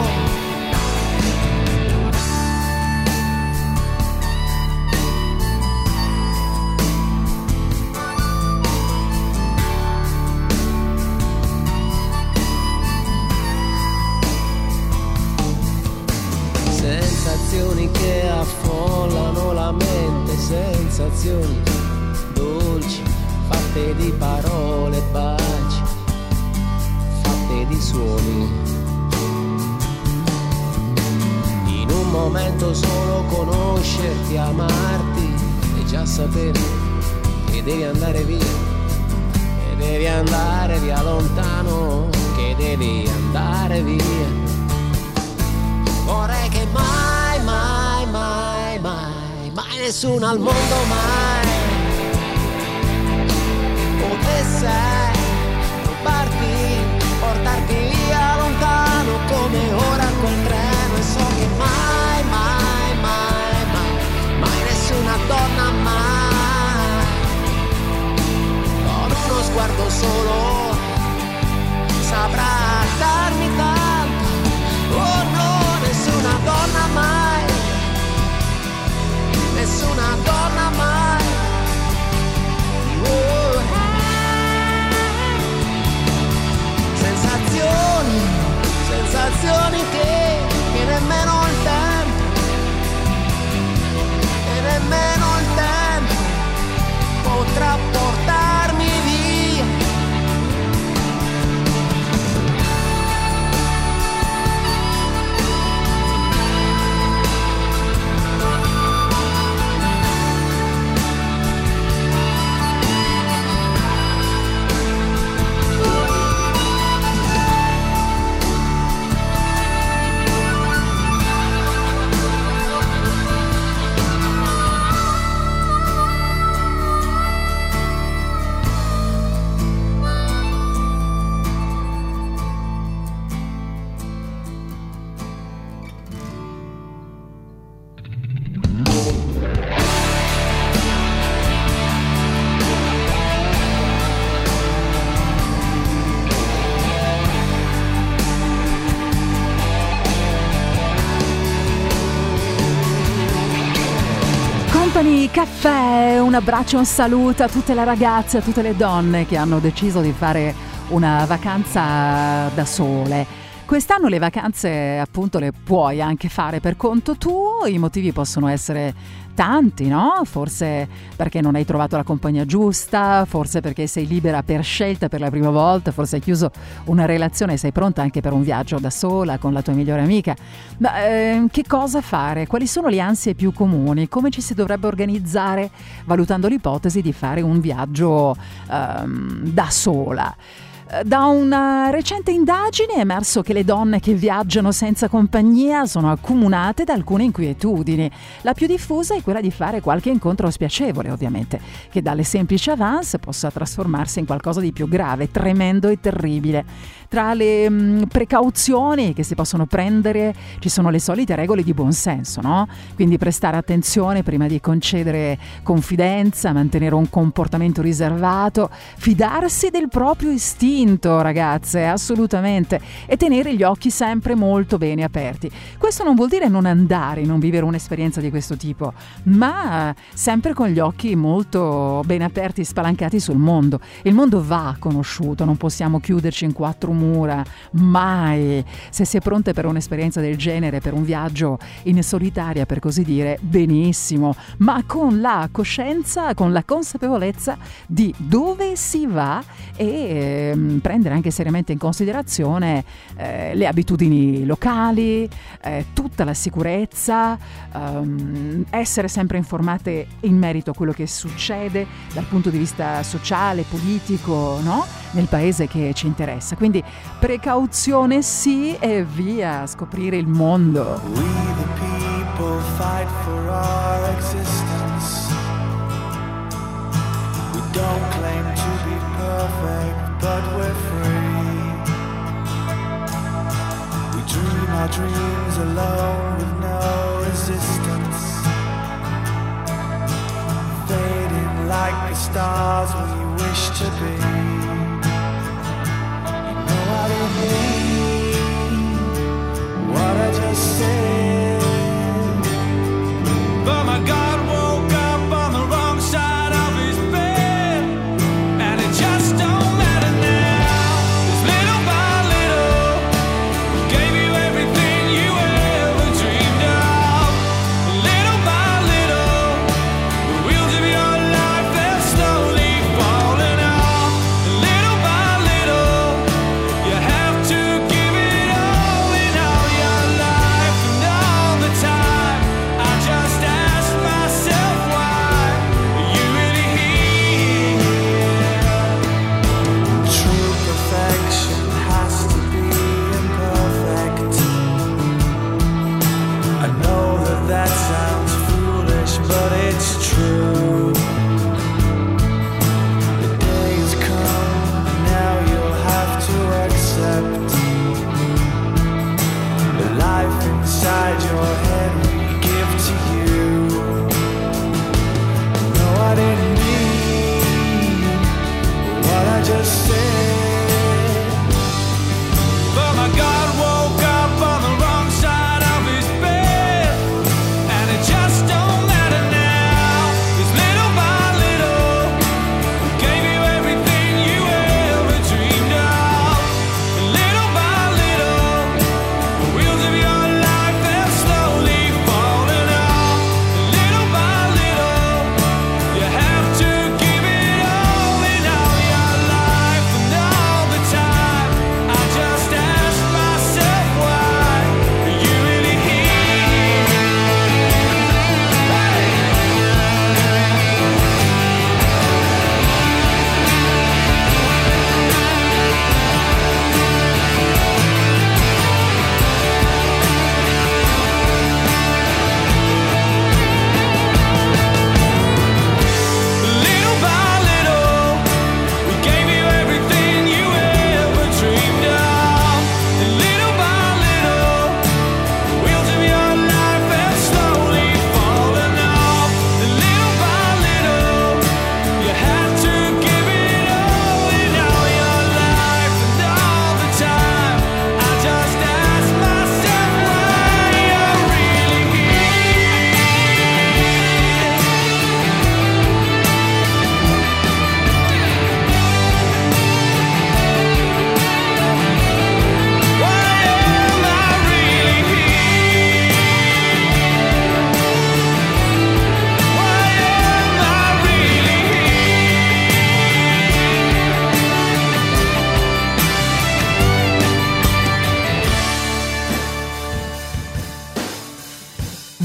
Sensazioni che affollano la mente, sensazioni dolci, fatte di parole e baci, fatte di suoni. In un momento solo conoscerti, amarti e già sapere che devi andare via, che devi andare via lontano, che devi andare via. Vorrei che mai, mai, mai, mai, mai nessuno al mondo mai potesse rubarti, portarti via lontano come ora col treno. E so che mai, mai, mai, mai, mai nessuna donna mai, con uno sguardo solo, saprà darmi tanto. Oh no, nessuna donna mai, nessuna donna mai. Oh. Sensazioni, sensazioni che, che nemmeno il tempo, che nemmeno il tempo potrà portarmi via. Company Cafè, un abbraccio, un saluto a tutte le ragazze, a tutte le donne che hanno deciso di fare una vacanza da sole. Quest'anno le vacanze appunto le puoi anche fare per conto tuo, i motivi possono essere tanti, no? Forse perché non hai trovato la compagnia giusta, forse perché sei libera per scelta per la prima volta, forse hai chiuso una relazione e sei pronta anche per un viaggio da sola con la tua migliore amica. Ma eh, che cosa fare? Quali sono le ansie più comuni? Come ci si dovrebbe organizzare valutando l'ipotesi di fare un viaggio ehm, da sola? Da una recente indagine è emerso che le donne che viaggiano senza compagnia sono accomunate da alcune inquietudini. La più diffusa è quella di fare qualche incontro spiacevole, ovviamente, che dalle semplici avance possa trasformarsi in qualcosa di più grave, tremendo e terribile. Tra le mh, precauzioni che si possono prendere ci sono le solite regole di buonsenso, no? Quindi prestare attenzione prima di concedere confidenza, mantenere un comportamento riservato, fidarsi del proprio istinto, ragazze, assolutamente, e tenere gli occhi sempre molto bene aperti. Questo non vuol dire non andare, non vivere un'esperienza di questo tipo, ma sempre con gli occhi molto ben aperti, spalancati sul mondo. Il mondo va conosciuto, non possiamo chiuderci in quattro mura, mai. Se si è pronte per un'esperienza del genere, per un viaggio in solitaria, per così dire, benissimo, ma con la coscienza, con la consapevolezza di dove si va e eh, prendere anche seriamente in considerazione eh, le abitudini locali, eh, tutta la sicurezza, ehm, essere sempre informate in merito a quello che succede dal punto di vista sociale, politico, no? Nel paese che ci interessa. Quindi precauzione sì e via a scoprire il mondo. We the people fight for our existence. We don't claim to be perfect, but we're free. We dream our dreams alone with no resistance, fading like the stars we wish to be. I don't mean what I just said, but my God woke up on the wrong side of his bed, and it just don't matter now. 'Cause little by little, gave you everything you ever dreamed of. Little by little, the wheels of your life, they're slowly falling off. Little by little, you have to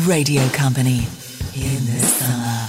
Radio Company in the summer.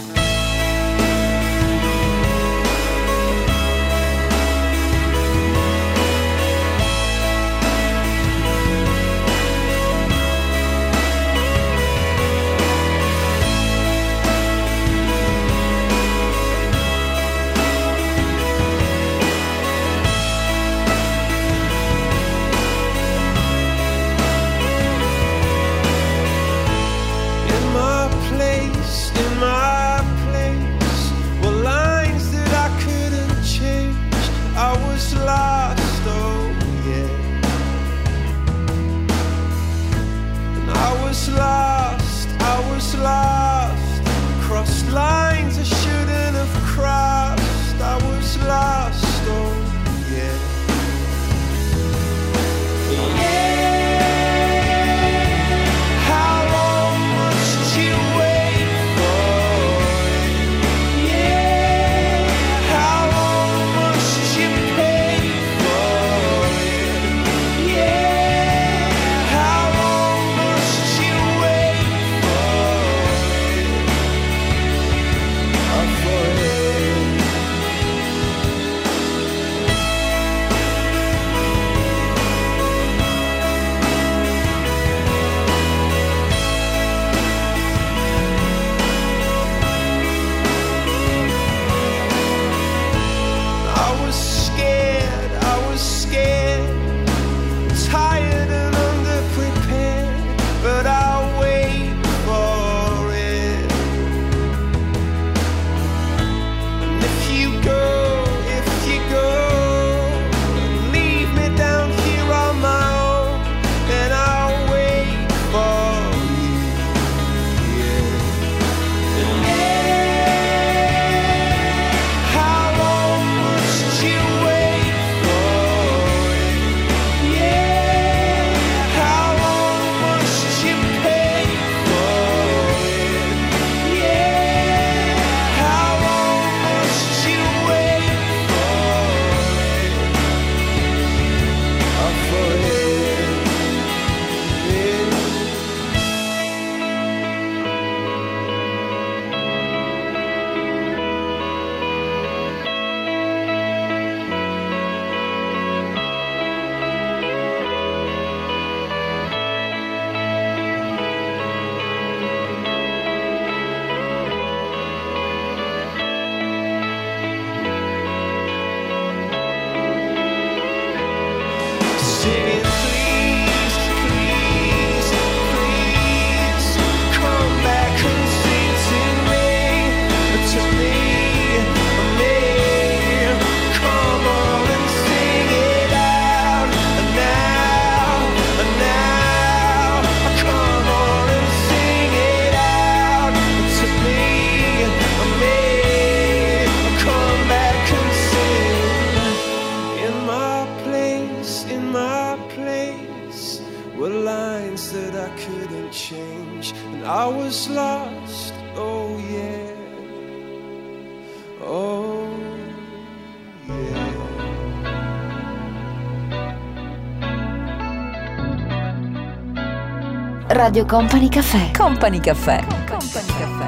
Radio Company Cafè. Company Cafè. Company Cafè.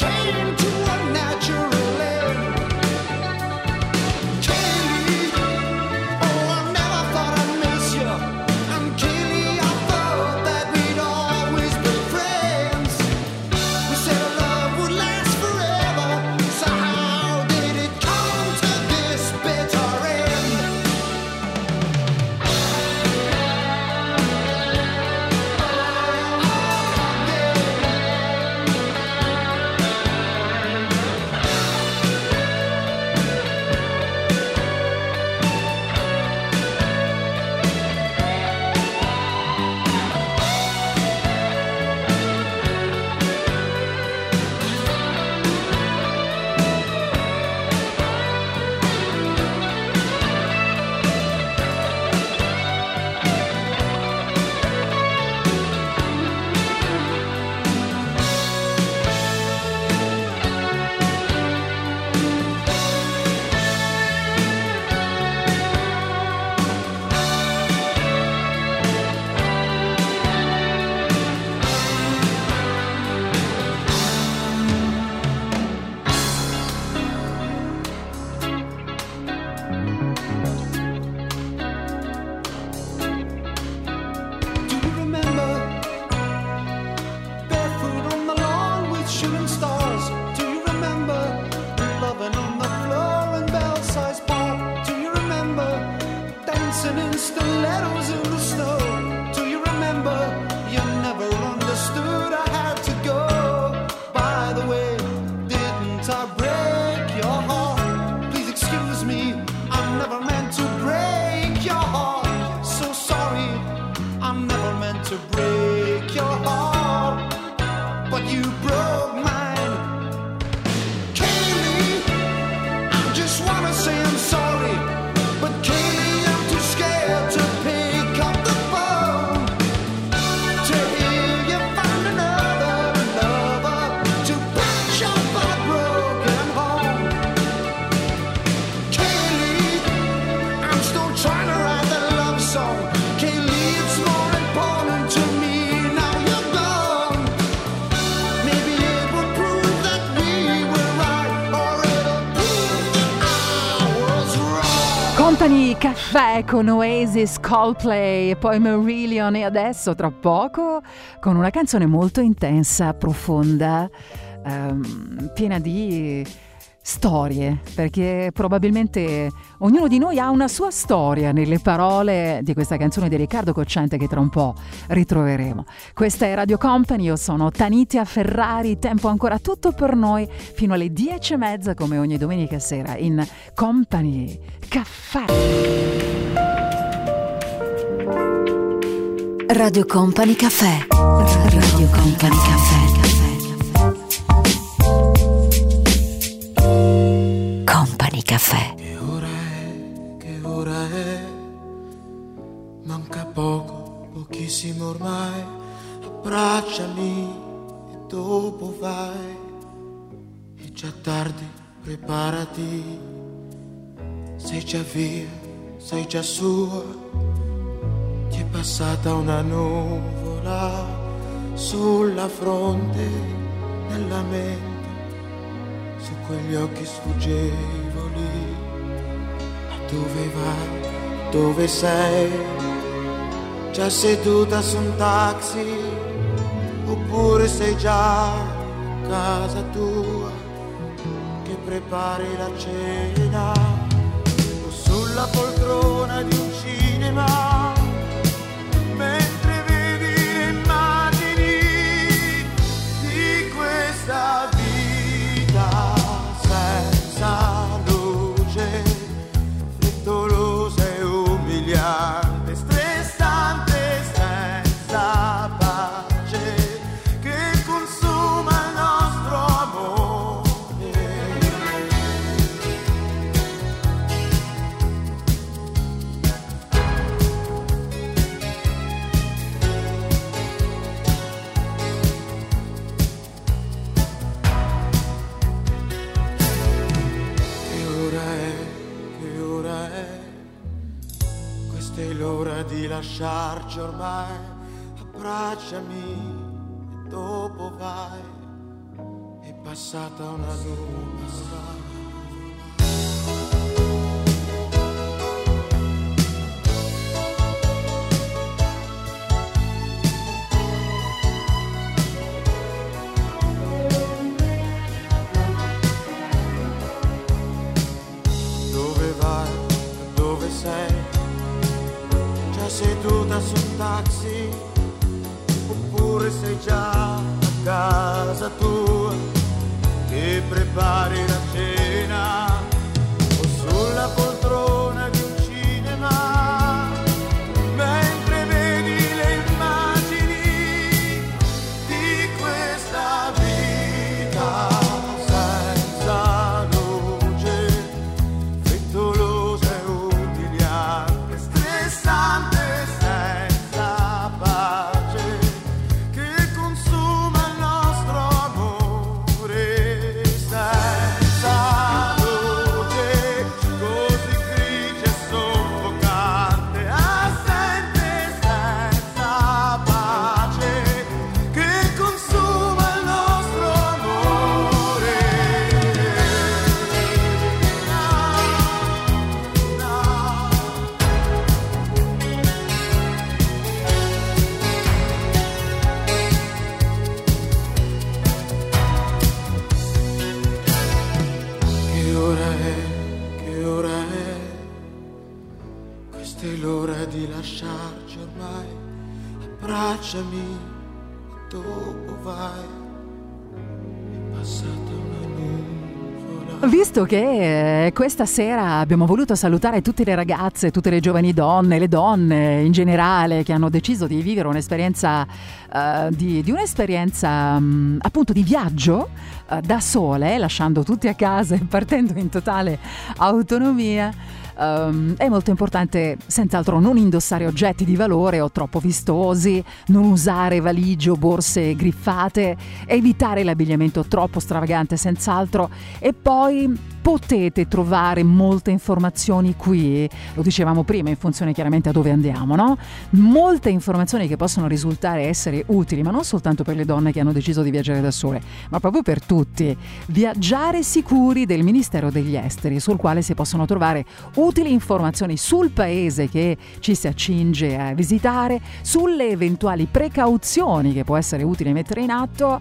That it came to a natural end. Katie, dancing in stilettos in the snow. Do you remember? You never understood I had to go. By the way, didn't I break your heart? Please excuse me, I never meant to break your heart. So sorry, I never meant to break your heart, but you broke mine. Kaylee, I just wanna say I'm sorry, but Kaylee, I'm too scared to pick up the phone to hear you find another lover to patch up our broken home. Kaylee, I'm still trying to write that love song. Kaylee, it's more important to me now you're gone. Maybe it will prove that we were right, or it'll prove that I was wrong. Company Caffè con Oasis, Coldplay e poi Marillion, e adesso tra poco con una canzone molto intensa, profonda, ehm, piena di storie, perché probabilmente ognuno di noi ha una sua storia nelle parole di questa canzone di Riccardo Cocciante che tra un po' ritroveremo. Questa è Radio Company, io sono Tanitia Ferrari, tempo ancora tutto per noi fino alle dieci e mezza come ogni domenica sera in Company Caffè. Radio Company Caffè. Radio Company Caffè. Company Caffè. Che ora è, che ora è, manca poco, pochissimo ormai, abbracciami e dopo vai, è già tardi, preparati, sei già via, sei già sua, ti è passata una nuvola sulla fronte, nella mente, su quegli occhi sfuggevoli. Ma dove vai? Dove sei? Già seduta su un taxi? Oppure sei già a casa tua che prepari la cena? O sulla poltrona di un cinema mentre vedi le immagini di questa vita senza luce, frettolosa e umiliante, stressante, senza pace, che consuma il nostro amore. Questa è l'ora di lasciarci ormai, abbracciami e dopo vai, è passata una nuvola. Dove vai? Dove sei? Già seduta su un taxi? Oppure sei già a casa tua che prepari la cena? O sulla poltrona di un cinema mentre vedi le immagini di questa vita senza luce, frettolosa e umiliante, stressante, senza pace, che consuma il nostro amore senza luce, così Questa è l'ora di lasciarci ormai, abbracciami, dopo vai, è passata una nuvola. Visto che eh, questa sera abbiamo voluto salutare tutte le ragazze, tutte le giovani donne, le donne in generale che hanno deciso di vivere un'esperienza, uh, di, di un'esperienza um, appunto di viaggio uh, da sole, lasciando tutti a casa e partendo in totale autonomia. Um, è molto importante senz'altro non indossare oggetti di valore o troppo vistosi, non usare valigie o borse griffate, evitare l'abbigliamento troppo stravagante senz'altro, e poi potete trovare molte informazioni qui, lo dicevamo prima, in funzione chiaramente a dove andiamo, no? Molte informazioni che possono risultare essere utili, ma non soltanto per le donne che hanno deciso di viaggiare da sole, ma proprio per tutti. Viaggiare sicuri del Ministero degli Esteri, sul quale si possono trovare utili informazioni sul paese che ci si accinge a visitare, sulle eventuali precauzioni che può essere utile mettere in atto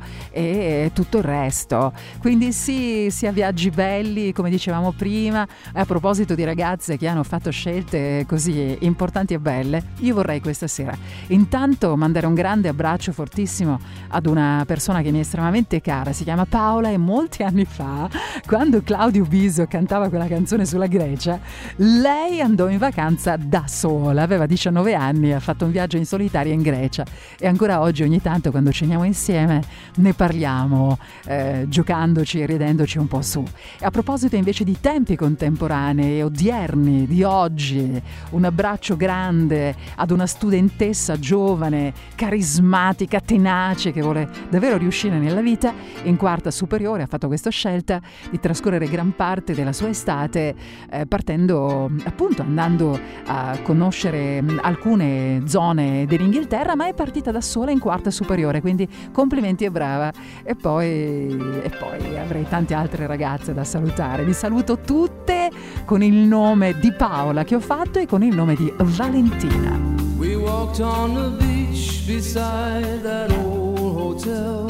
e tutto il resto. Quindi sì, sia viaggi belli, come dicevamo prima. A proposito di ragazze che hanno fatto scelte così importanti e belle, io vorrei questa sera intanto mandare un grande abbraccio fortissimo ad una persona che mi è estremamente cara, si chiama Paola, e molti anni fa, quando Claudio Bisio cantava quella canzone sulla Grecia, lei andò in vacanza da sola, aveva diciannove anni, ha fatto un viaggio in solitaria in Grecia, e ancora oggi ogni tanto quando ceniamo insieme ne parliamo, eh, giocandoci e ridendoci un po' su. E a proposito invece di tempi contemporanei, odierni, di oggi, un abbraccio grande ad una studentessa giovane, carismatica, tenace, che vuole davvero riuscire nella vita. In quarta superiore ha fatto questa scelta di trascorrere gran parte della sua estate eh, partendo, appunto, andando a conoscere alcune zone dell'Inghilterra, ma è partita da sola in quarta superiore, quindi complimenti e brava. E poi, e poi avrei tante altre ragazze da salutare. Vi saluto tutte con il nome di Paola che ho fatto e con il nome di Valentina. We walked on the beach beside that old hotel.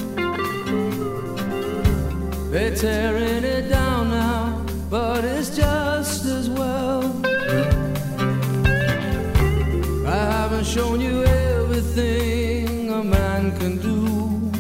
They're tearing it down now, but it's just as well. I haven't shown you everything a man can do,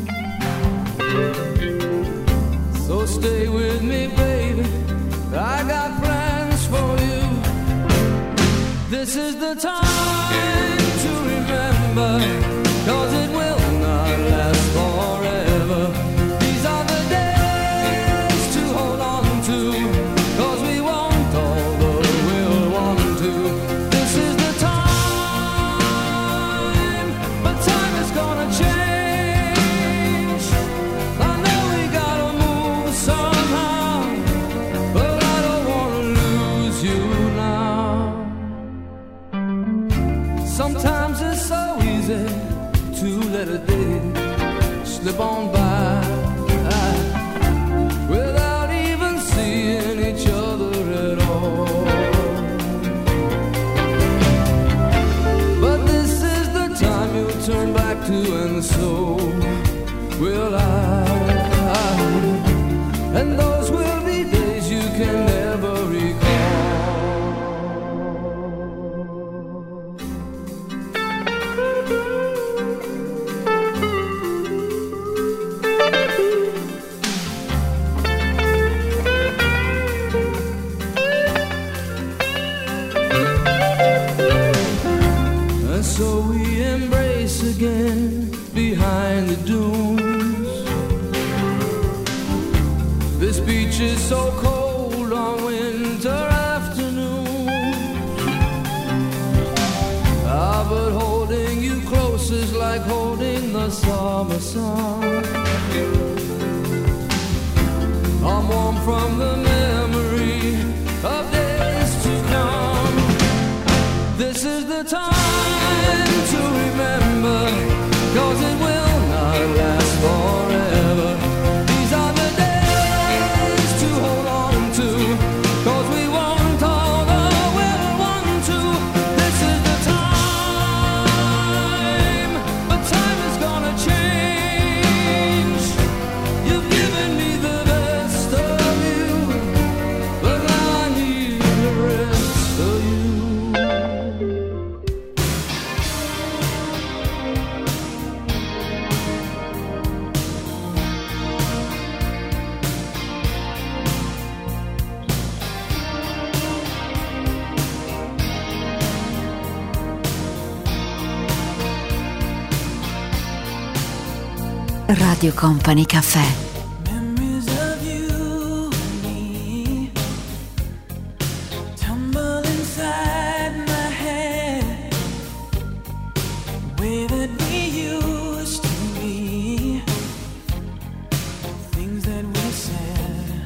so stay with me, baby, I got plans for you. This is the time to remember, 'cause it will not last forever. These are the days to hold on to, 'cause we want all the we'll want to. This is the time, but time is gonna change. I know we gotta move somehow, but I don't wanna lose you now. Sometimes it's so easy to let a day slip on by without even seeing each other at all. But this is the time you'll turn back to, and so will I. And those will be days you can never recall. And so we embrace again behind the dunes. This beach is so cold on winter afternoons. Ah, but holding you close is like holding the summer sun. I'm warm from the memory of days to come. This is the time to remember, 'cause it will not last forever. These are the days to hold on to, 'cause we want all the we'll want to. This is the time, but time is gonna change. You've given me the best of you, but now I need the rest of you. Radio Company Cafè. Memories of you and me tumble inside my head, the way that we used to be, things that we said.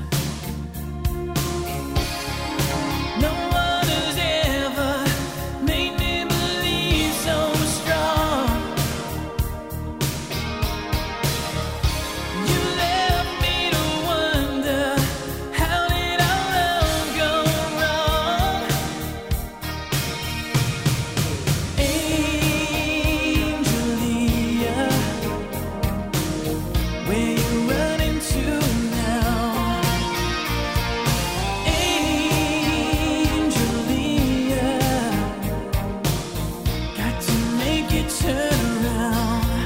No one has ever made me believe so strong. You left me to wonder, how did our love go wrong? Angelia, where you running to now? Angelia, got to make it turn around.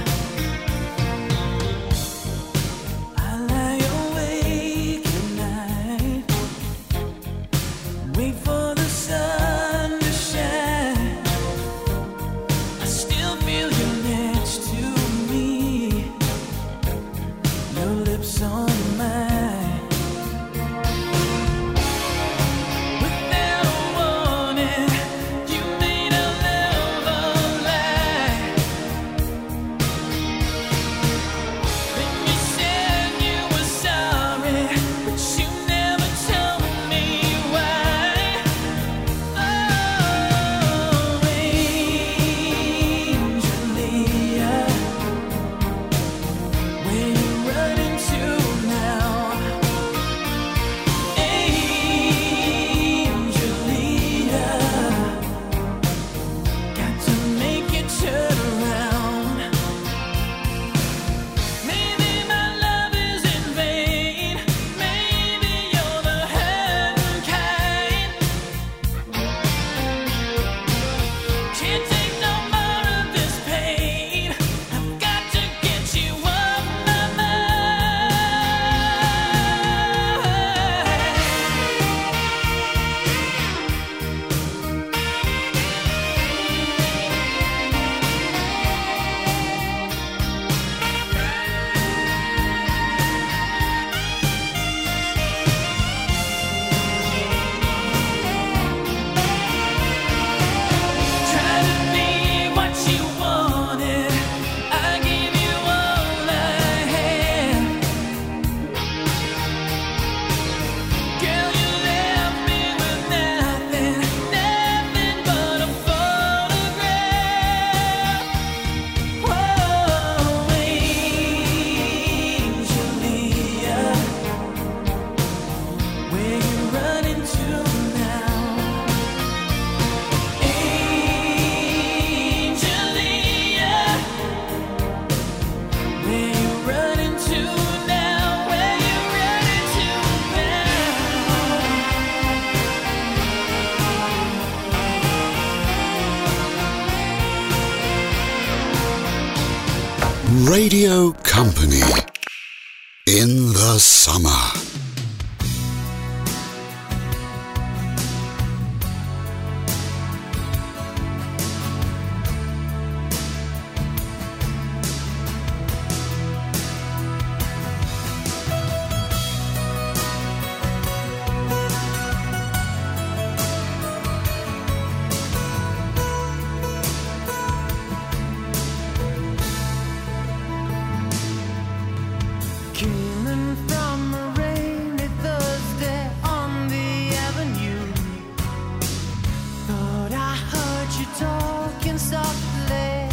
I lie awake at night, wait for the sun to shine. I still feel you next to me, your lips on mine. Without a warning, you made a love a lie. Then you said you were sorry, but you never told me why. Oh, Angelia, where you running to now? Angelia, got to make it turn around. Maybe my love is in vain. Maybe you're the hurting kind. Can't take no more of this pain. I've got to get you off my Try to be what you wanted. I gave you all I had. Girl, you left me with nothing, nothing but a photograph. Whoa, Angelia, where you running to now? Angelia, where you running to now? Where you running to Radio Company in the summer. Killing from a rainy Thursday on the avenue. Thought I heard you talking softly.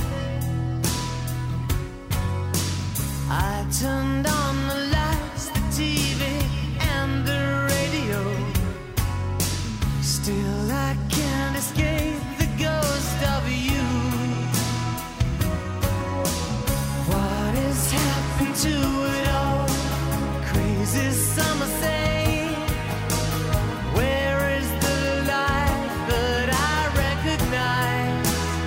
I turned on the lights, the T V, and the radio. Still I can't escape the ghost of you. What has happened to it all? Crazy summer say, where is the life that I recognize?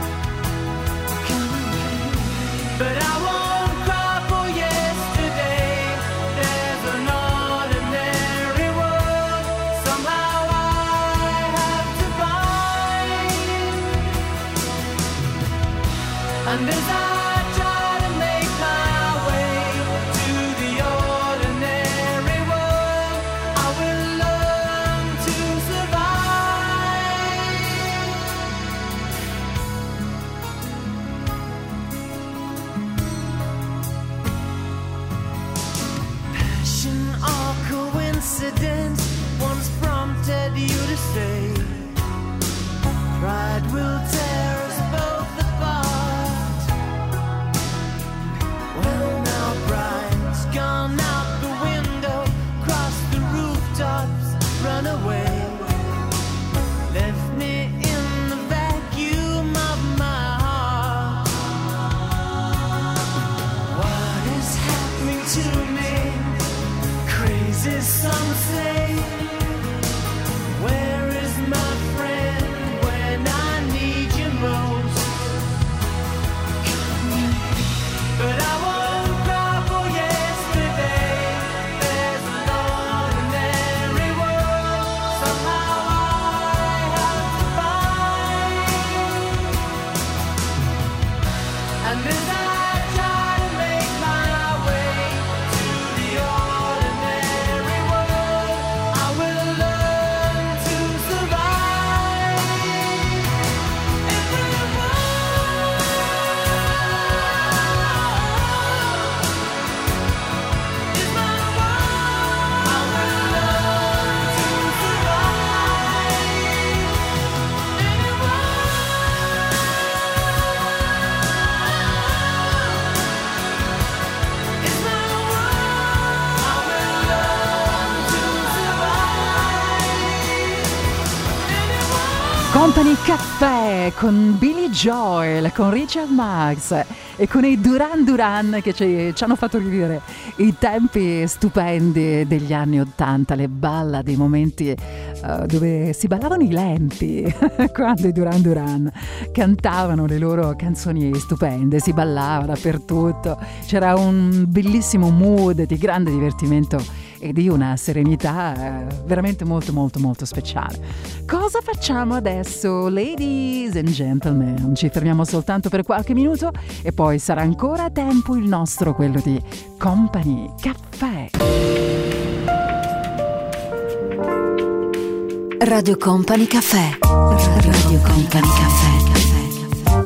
But I won't cry for yesterday. There's an ordinary world somehow I have to find. And as I try to make my way will tear us both apart. Well, now bride's gone out the window, cross the rooftops, run away. Left me in the vacuum of my heart. What is happening to me? Crazy, some say. Where is my friend when I need you most? But I won't cry for yesterday. There's an ordinary world somehow I have to find. And as I try to make my way to the ordinary world, I will learn to survive. Company Caffè con Billy Joel, con Richard Marx e con i Duran Duran che ci, ci hanno fatto rivivere i tempi stupendi degli anni Ottanta, le ballad, i momenti uh, dove si ballavano i lenti quando i Duran Duran cantavano le loro canzoni stupende, si ballava dappertutto, c'era un bellissimo mood di grande divertimento e di una serenità eh, veramente molto molto molto speciale. Cosa facciamo adesso, ladies and gentlemen? Ci fermiamo soltanto per qualche minuto e poi sarà ancora tempo il nostro, quello di Company Caffè. Radio Company Caffè. Radio Company Caffè.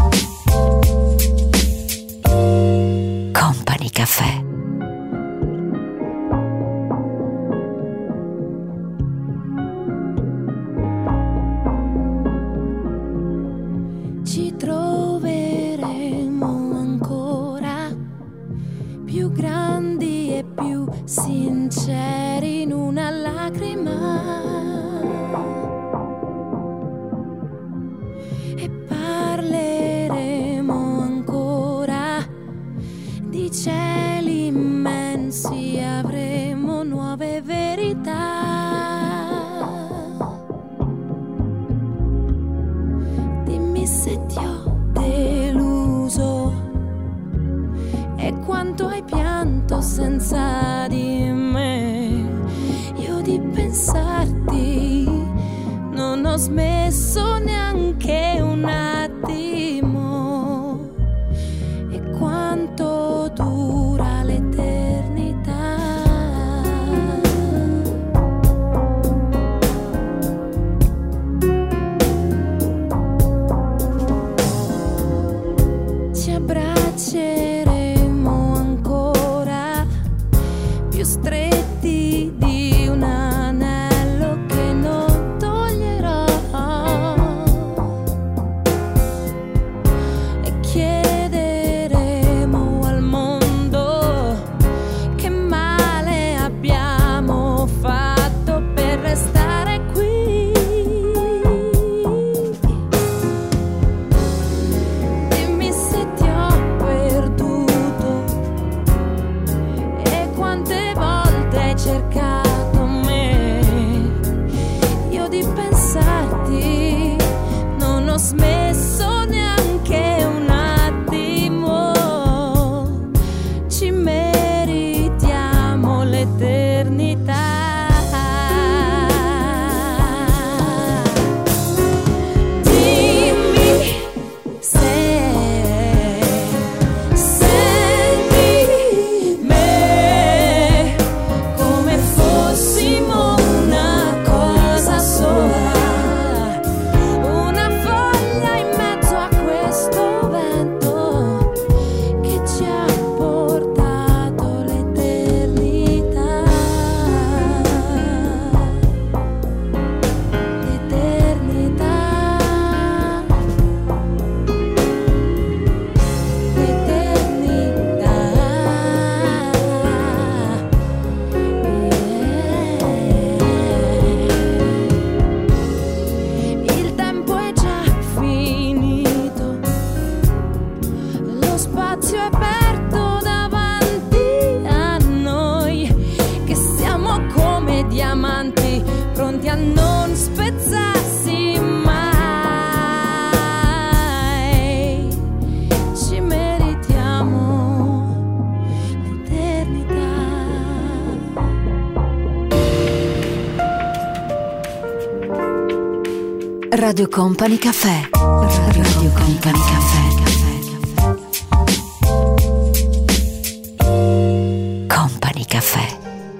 Company Caffè. Ci troveremo ancora più grandi e più sinceri in una lacrima e parleremo ancora di cieli immensi, avremo nuove verità. Se ti ho deluso e quanto hai pianto senza di me, io di pensarti non ho smesso neanche un attimo. E quanto dura l'eternità. Abbracceremo ancora più stretti di un anello che non toglierò. Radio Company Cafè. Radio Company Cafè. Company Cafè.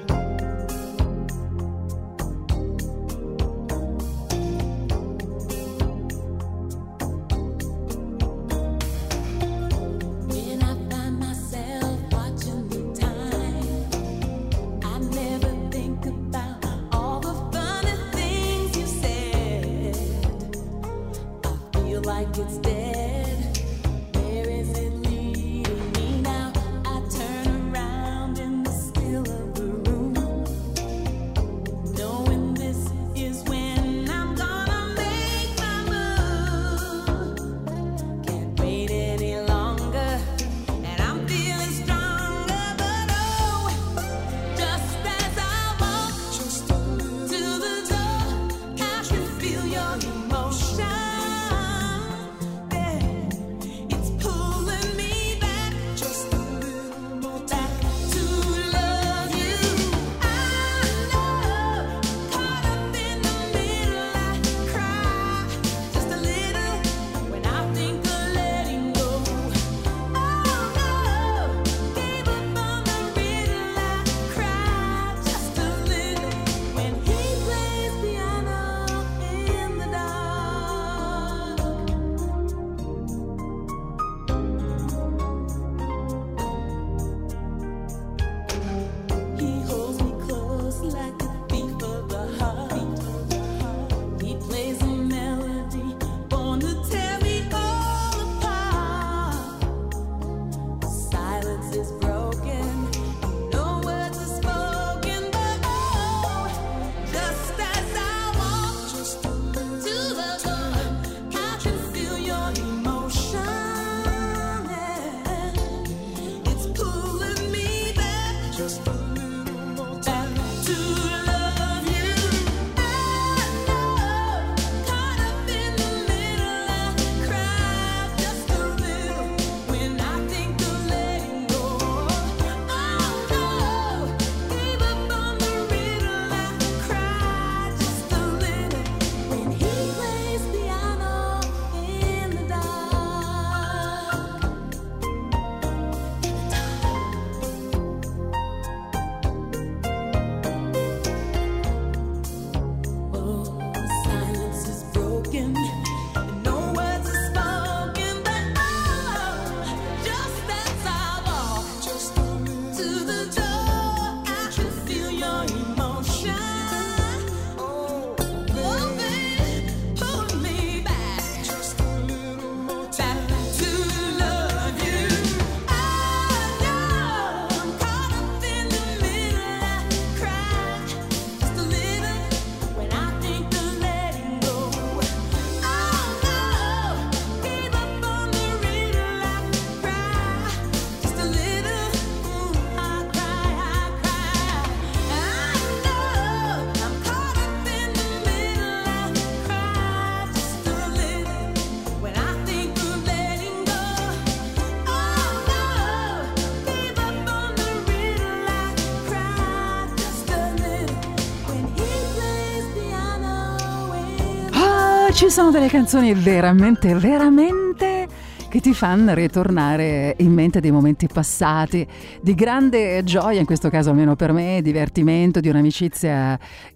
Ci sono delle canzoni veramente, veramente che ti fanno ritornare in mente dei momenti passati di grande gioia, in questo caso almeno per me, divertimento, di un'amicizia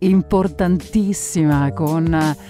importantissima con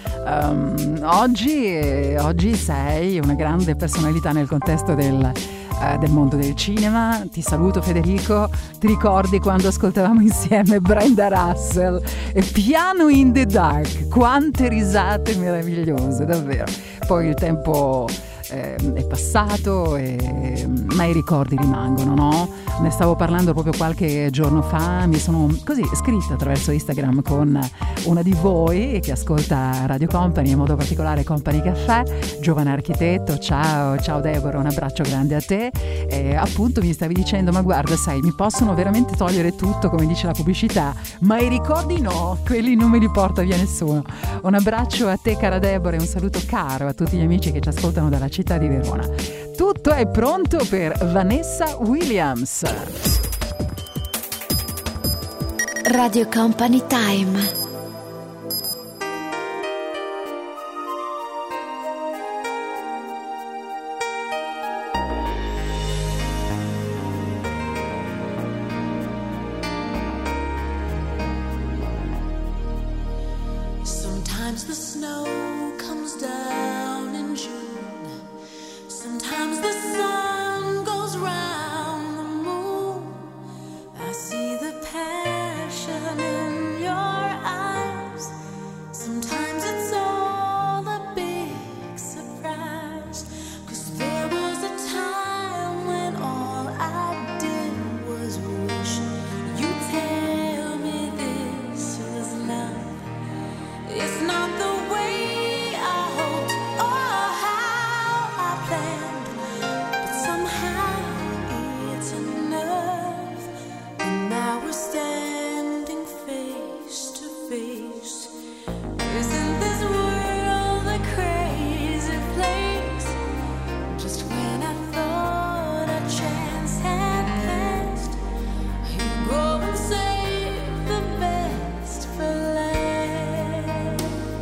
um, oggi, oggi sei una grande personalità nel contesto del, uh, del mondo del cinema. Ti saluto Federico, ti ricordi quando ascoltavamo insieme Brenda Russell e Piano in the Dark? Quante risate meravigliose, davvero. Poi il tempo eh, è passato, e, ma i ricordi rimangono, no? Ne stavo parlando proprio qualche giorno fa, mi sono così scritta attraverso Instagram con una di voi che ascolta Radio Company, in modo particolare Company Cafè, giovane architetto. Ciao, ciao Deborah, un abbraccio grande a te. E appunto mi stavi dicendo, ma guarda, sai, mi possono veramente togliere tutto, come dice la pubblicità, ma i ricordi no, quelli non me li porta via nessuno. Un abbraccio a te, cara Deborah, e un saluto caro a tutti gli amici che ci ascoltano dalla città di Verona. Tutto è pronto per Vanessa Williams. Radio Company Time. snow comes down in June. Sometimes the sun goes round the moon. I see the passion in your eyes. Sometimes it's all a big surprise. 'Cause there was a time when all I did was wish you'd tell me this was love. It's not the way I hoped or how I planned, but somehow it's enough. And now we're standing face to face. Isn't this world a crazy place? Just when I thought a chance had passed, you go and save the best for last.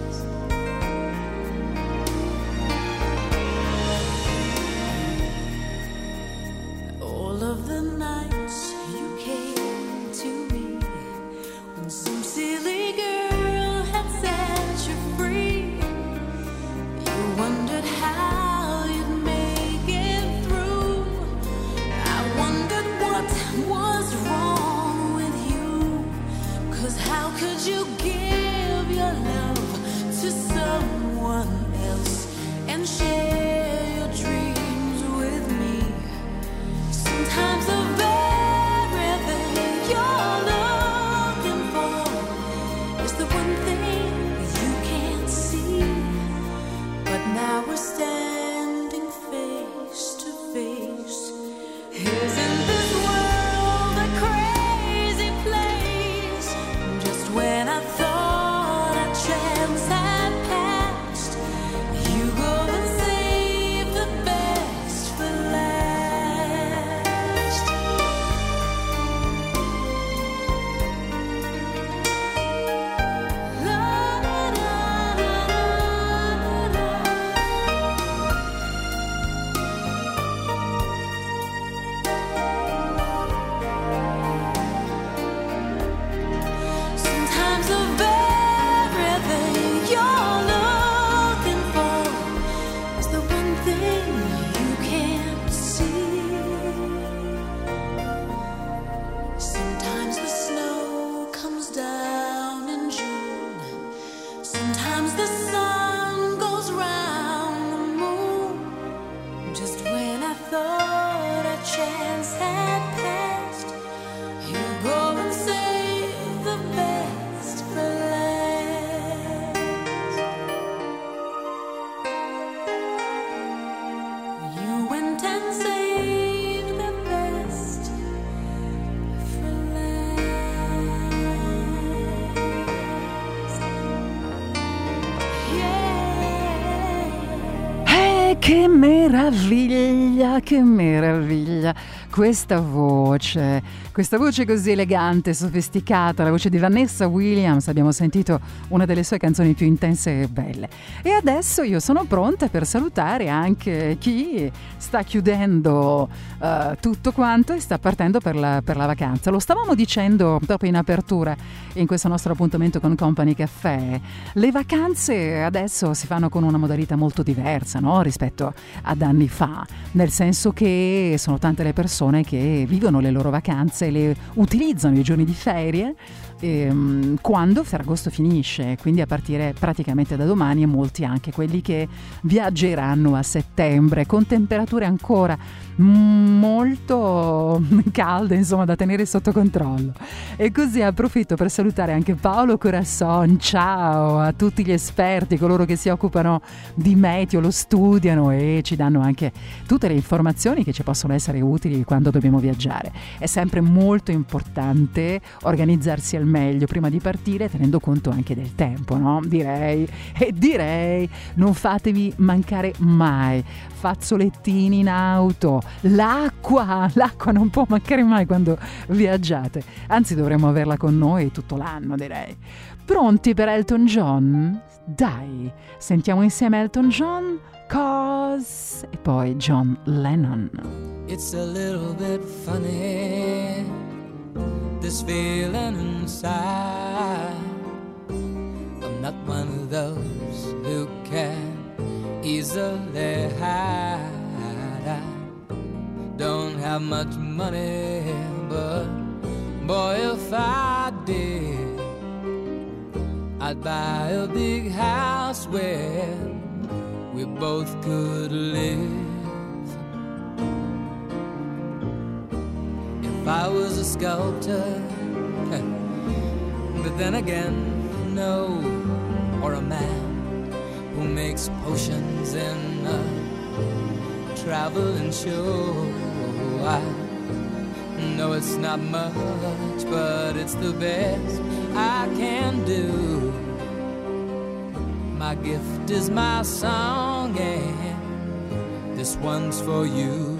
All of the nights you came to me when some silly girl had set you free. You wondered how you'd make it through. I wondered what was wrong with you. 'Cause how could you give your love to someone else and share your dreams with me? Sometimes the very thing you're looking for is the one thing you can't see. But now we're standing face to face. Isn't this world a crazy place? Just when I thought a chance had passed, you go and save the best for last. La, la, la, la, la, Sometimes the very thing you're looking for is the one thing you can't see. Sometimes the snow comes down in June. Sometimes the sun goes round the moon. Just when I thought a chance had passed, you go and save the best for last. You went and saved the best for last. Yeah. Eh, che meraviglia, che meraviglia. Questa voce, questa voce così elegante, sofisticata, la voce di Vanessa Williams. Abbiamo sentito una delle sue canzoni più intense e belle. E adesso io sono pronta per salutare anche chi sta chiudendo uh, tutto quanto e sta partendo per la, per la vacanza. Lo stavamo dicendo proprio in apertura in questo nostro appuntamento con Company Café. Le vacanze adesso si fanno con una modalità molto diversa, no? Rispetto ad anni fa, nel senso che sono tante le persone che vivono le loro vacanze e le utilizzano i giorni di ferie ehm, quando Ferragosto finisce, quindi a partire praticamente da domani, e molti anche quelli che viaggeranno a settembre con temperature ancora molto calde, insomma, da tenere sotto controllo. E così approfitto per salutare anche Paolo Corasson. Ciao a tutti gli esperti, coloro che si occupano di meteo, lo studiano e ci danno anche tutte le informazioni che ci possono essere utili quando dobbiamo viaggiare. È sempre molto importante organizzarsi al meglio prima di partire, tenendo conto anche del tempo, no? Direi, e direi, non fatevi mancare mai fazzolettini in auto, l'acqua, l'acqua non può mancare mai quando viaggiate, anzi dovremmo averla con noi tutto l'anno, direi. Pronti per Elton John? Dai, sentiamo insieme Elton John, Cause, e poi John Lennon. It's a little bit funny, this feeling inside. I'm not one of those who can easily hide. I don't have much money, but boy, if I did, I'd buy a big house where we both could live. If I was a sculptor, but then again, no, or a man who makes potions in a traveling show. I know it's not much, but it's the best I can do. My gift is my song, and this one's for you.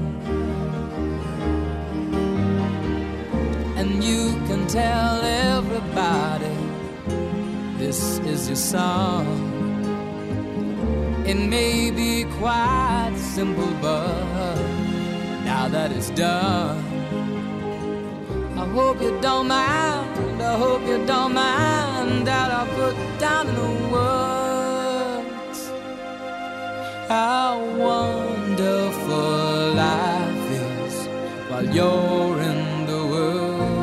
And you can tell everybody this is your song. It may be quite simple, but now that it's done, I hope you don't mind, I hope you don't mind that I put down in the words how wonderful life is while you're in the world.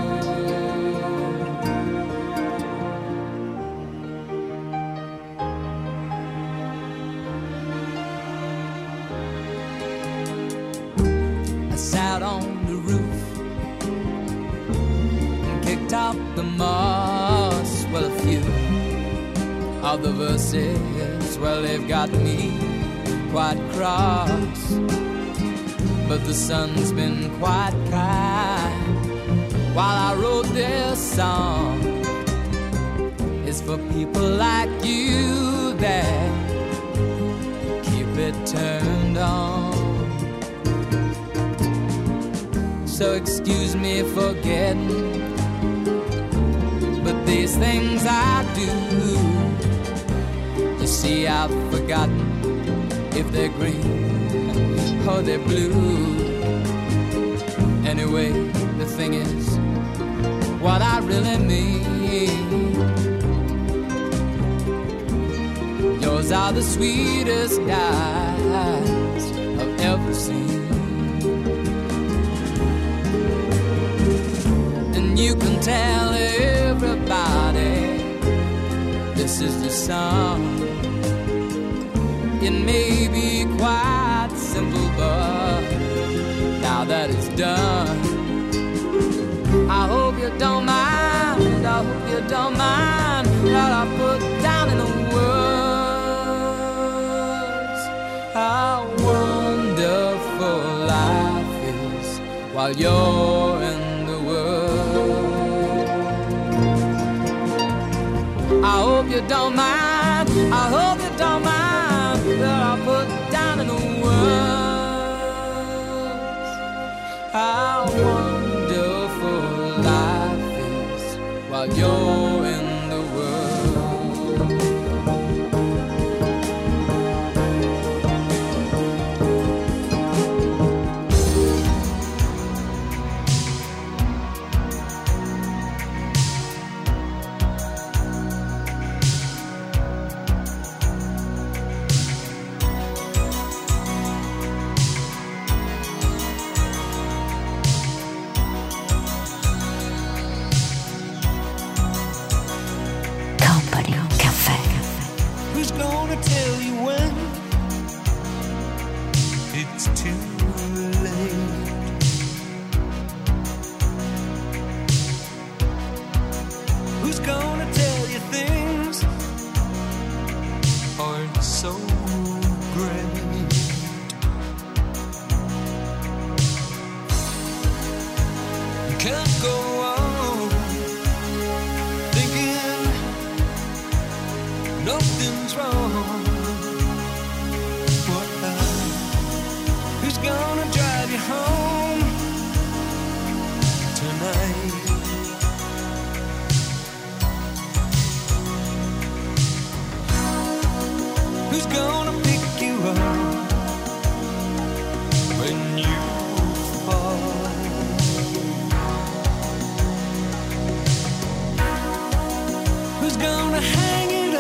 I sat on the roof and kicked out the moss. Well, a few of the verses, well, they've got me quite cross, but the sun's been quite kind while I wrote this song. It's for people like you that keep it turned on. So excuse me for getting, but these things I do, you see, I've forgotten if they're green or they're blue. Anyway, the thing is, what I really mean, yours are the sweetest eyes I've ever seen. And you can tell everybody this is the song. It may be quite simple, but now that it's done, I hope you don't mind, I hope you don't mind that I put down in the words how wonderful life is while you're in the world. I hope you don't mind, I hope you don't mind that I put down in the words how wonderful life is while you're in the Who's gonna hang it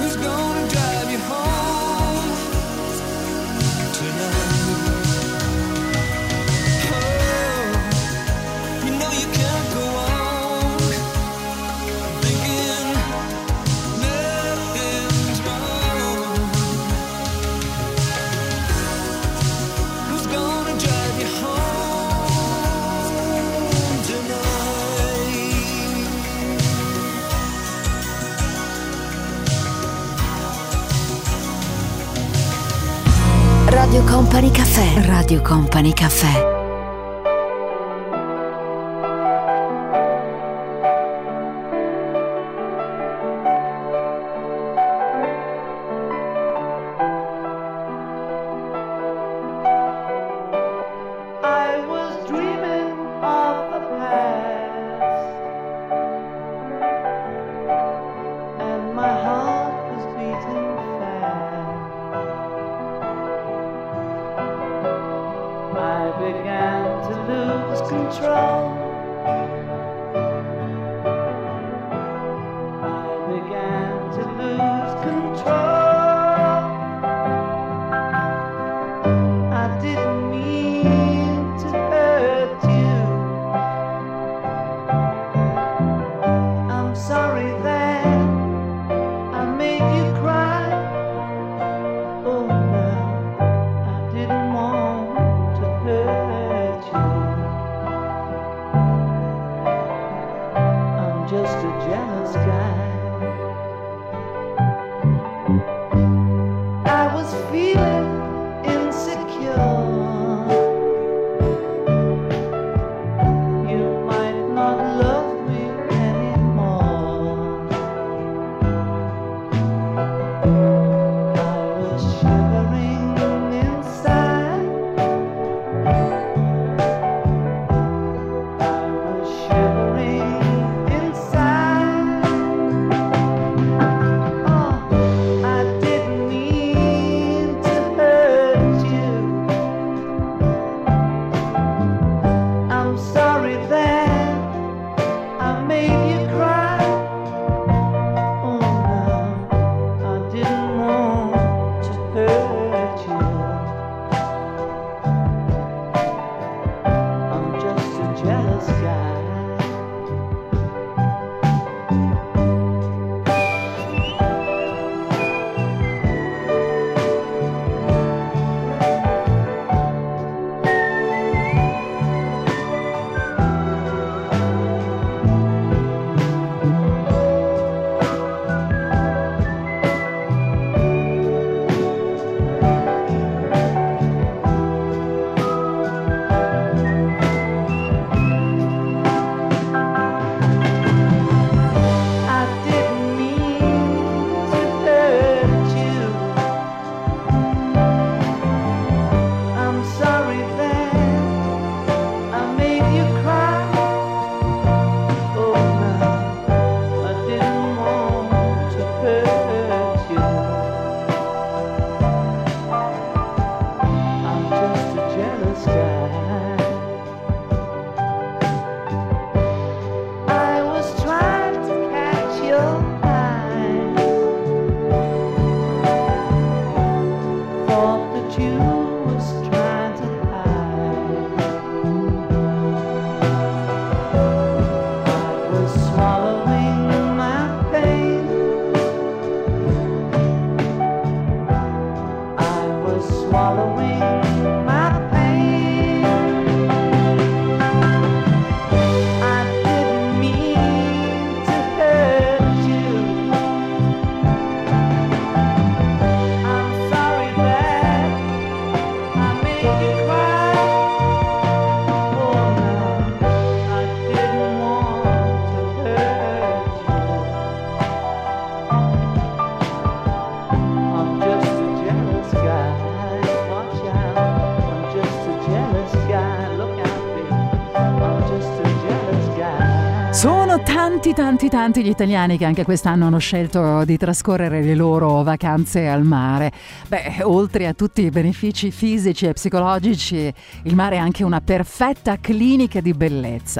Who's gonna drive you home tonight? Oh, you know you can't go on thinking nothing's wrong. Who's gonna drive you home tonight? Radio Company Cafè. Radio Company Cafè. I was dreaming of the past, and my heart was beating fast. I began to lose control. I began to lose control. I didn't mean to hurt you. I'm sorry that I made you cry. Oh no, I didn't want to hurt you. I'm just a jealous guy. I was feeling insecure. You might not love me anymore. I was shivering inside. I was shivering inside. Oh, I didn't mean to hurt you. I'm sorry that I made you cry. Oh no, I didn't want to hurt you. I'm just a jealous guy. I didn't mean to hurt you. I'm sorry that I made you cry. Oh no, I didn't want to hurt you. I'm just a jealous guy. I was trying to catch your eye. Thought that you was trying to hide. I was swallowing my pain. I was swallowing my pain. I didn't mean to hurt you. I'm sorry that I made you cry. Oh no, I didn't want to hurt you. I'm just a jealous guy. Watch out, I'm just a jealous guy. Look out, baby, I'm just a jealous guy. Sono tanti tanti tanti gli italiani che anche quest'anno hanno scelto di trascorrere le loro vacanze al mare. Beh, oltre a tutti i benefici fisici e psicologici, il mare è anche una perfetta clinica di bellezza.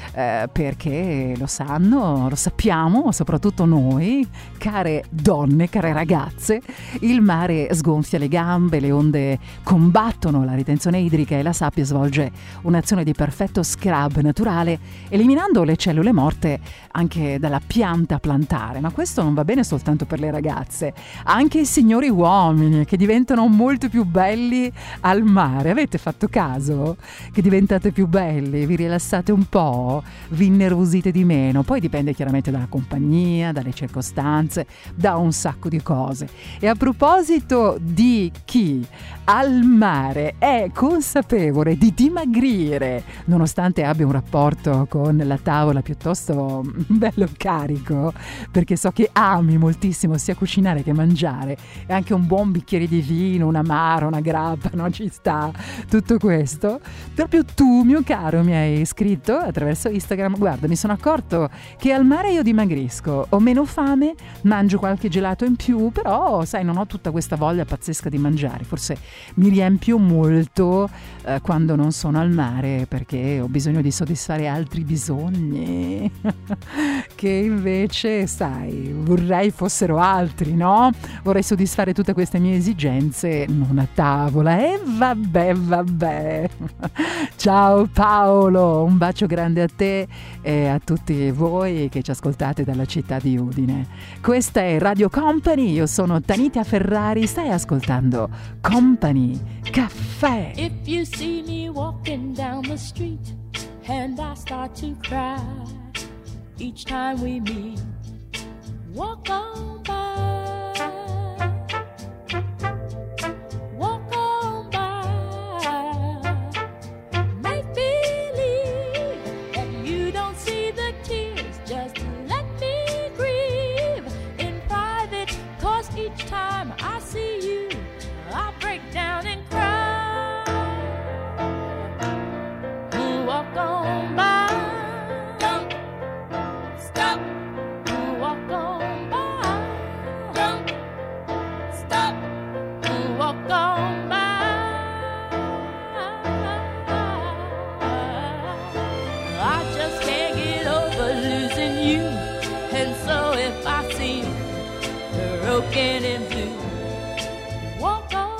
eh, perché lo sanno, lo sappiamo, soprattutto noi, care donne, care ragazze, il mare sgonfia le gambe, le onde combattono la ritenzione idrica e la sabbia svolge un'azione di perfetto scrub naturale, eliminando le cellule morte anche dalla pianta plantare. Ma questo non va bene soltanto per le ragazze, anche i signori uomini che diventano molto più belli al mare. Avete fatto caso che diventate più belli, vi rilassate un po', vi innervosite di meno? Poi dipende chiaramente dalla compagnia, dalle circostanze, da un sacco di cose. E a proposito di chi al mare è consapevole di dimagrire nonostante abbia un rapporto con la tavola piuttosto bello carico, perché so che ami moltissimo sia cucinare che mangiare, e anche un buon bicchiere di vino, un amaro, una grappa, no? Ci sta tutto questo. Proprio tu, mio caro, mi hai scritto attraverso Instagram: guarda, mi sono accorto che al mare io dimagrisco, ho meno fame, mangio qualche gelato in più, però sai, non ho tutta questa voglia pazzesca di mangiare, forse mi riempio molto eh, quando non sono al mare, perché ho bisogno di soddisfare altri bisogni che invece, sai, vorrei fossero altri, no? Vorrei soddisfare tutte queste mie esigenze non a tavola. E vabbè, vabbè. Ciao Paolo, un bacio grande a te e a tutti voi che ci ascoltate dalla città di Udine. Questa è Radio Company, io sono Tanita Ferrari, stai ascoltando Company Caffè. If you see me walking down the street and I start to cry each time we meet, walk on by, walk on by, make believe that you don't see the tears, just let me grieve in private, 'cause each time I see you I break down and cry. Walk on by, don't stop. Walk on by, don't stop. Walk on by. I just can't get over losing you, and so if I seem broken and blue, walk on.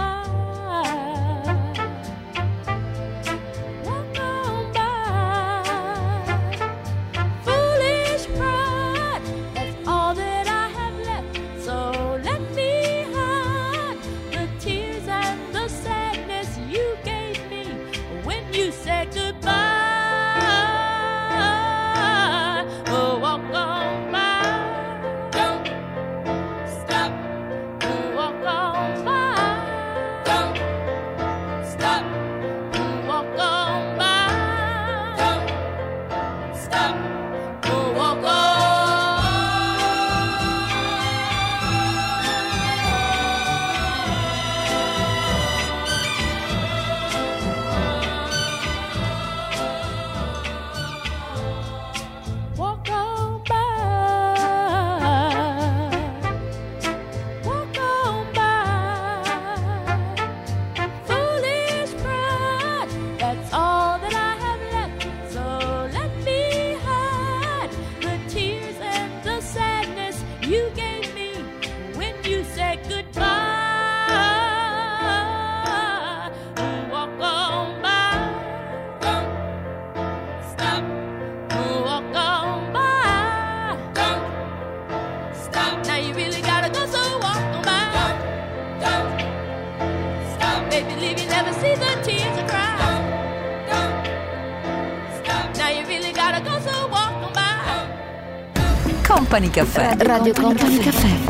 Company Caffè. Radio Company Caffè.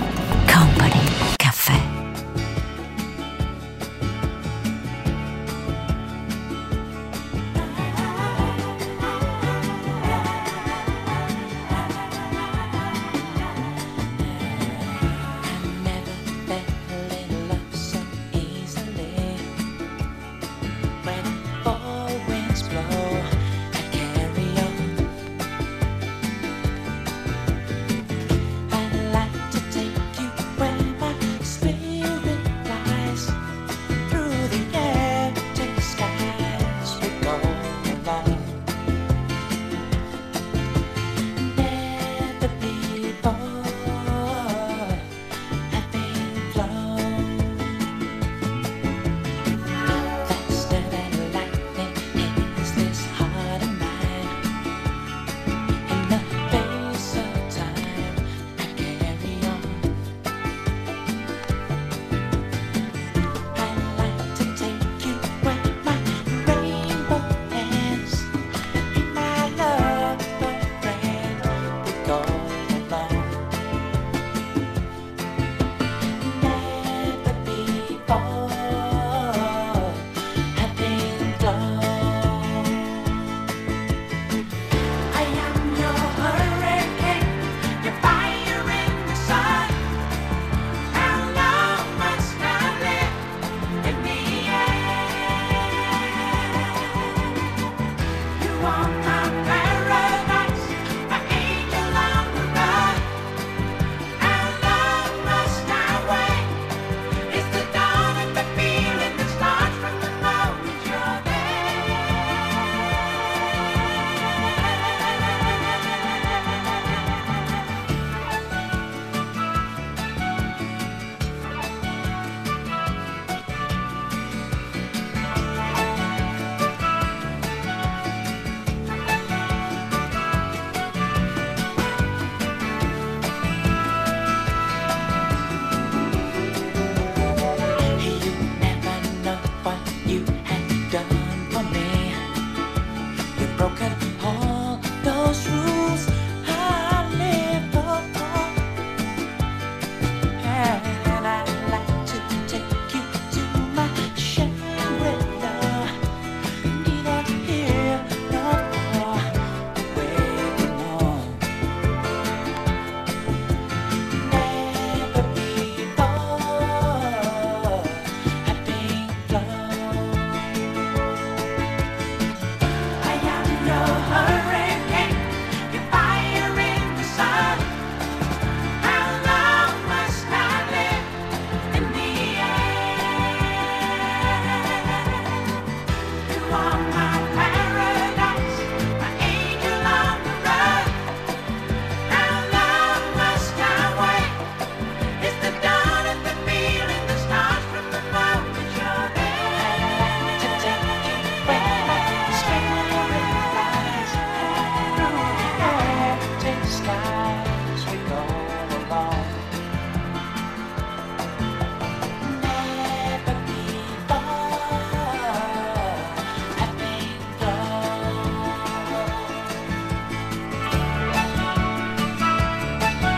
Company Caffè. Take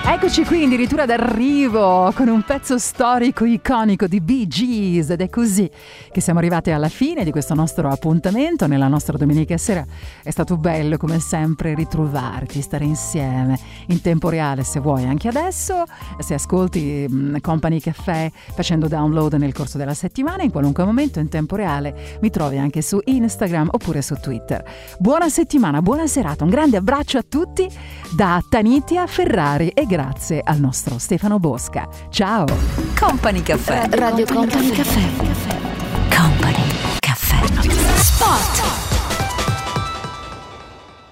Eccoci qui addirittura d'arrivo con un pezzo storico iconico di Bee Gees, ed è così che siamo arrivati alla fine di questo nostro appuntamento nella nostra domenica sera. È stato bello come sempre ritrovarti, stare insieme in tempo reale, se vuoi anche adesso, se ascolti mh, Company Café facendo download nel corso della settimana, in qualunque momento in tempo reale mi trovi anche su Instagram oppure su Twitter. Buona settimana, buona serata, un grande abbraccio a tutti da Tanitia Ferrari e grazie al nostro Stefano Bosca. Ciao! Company Café. Radio Company Café.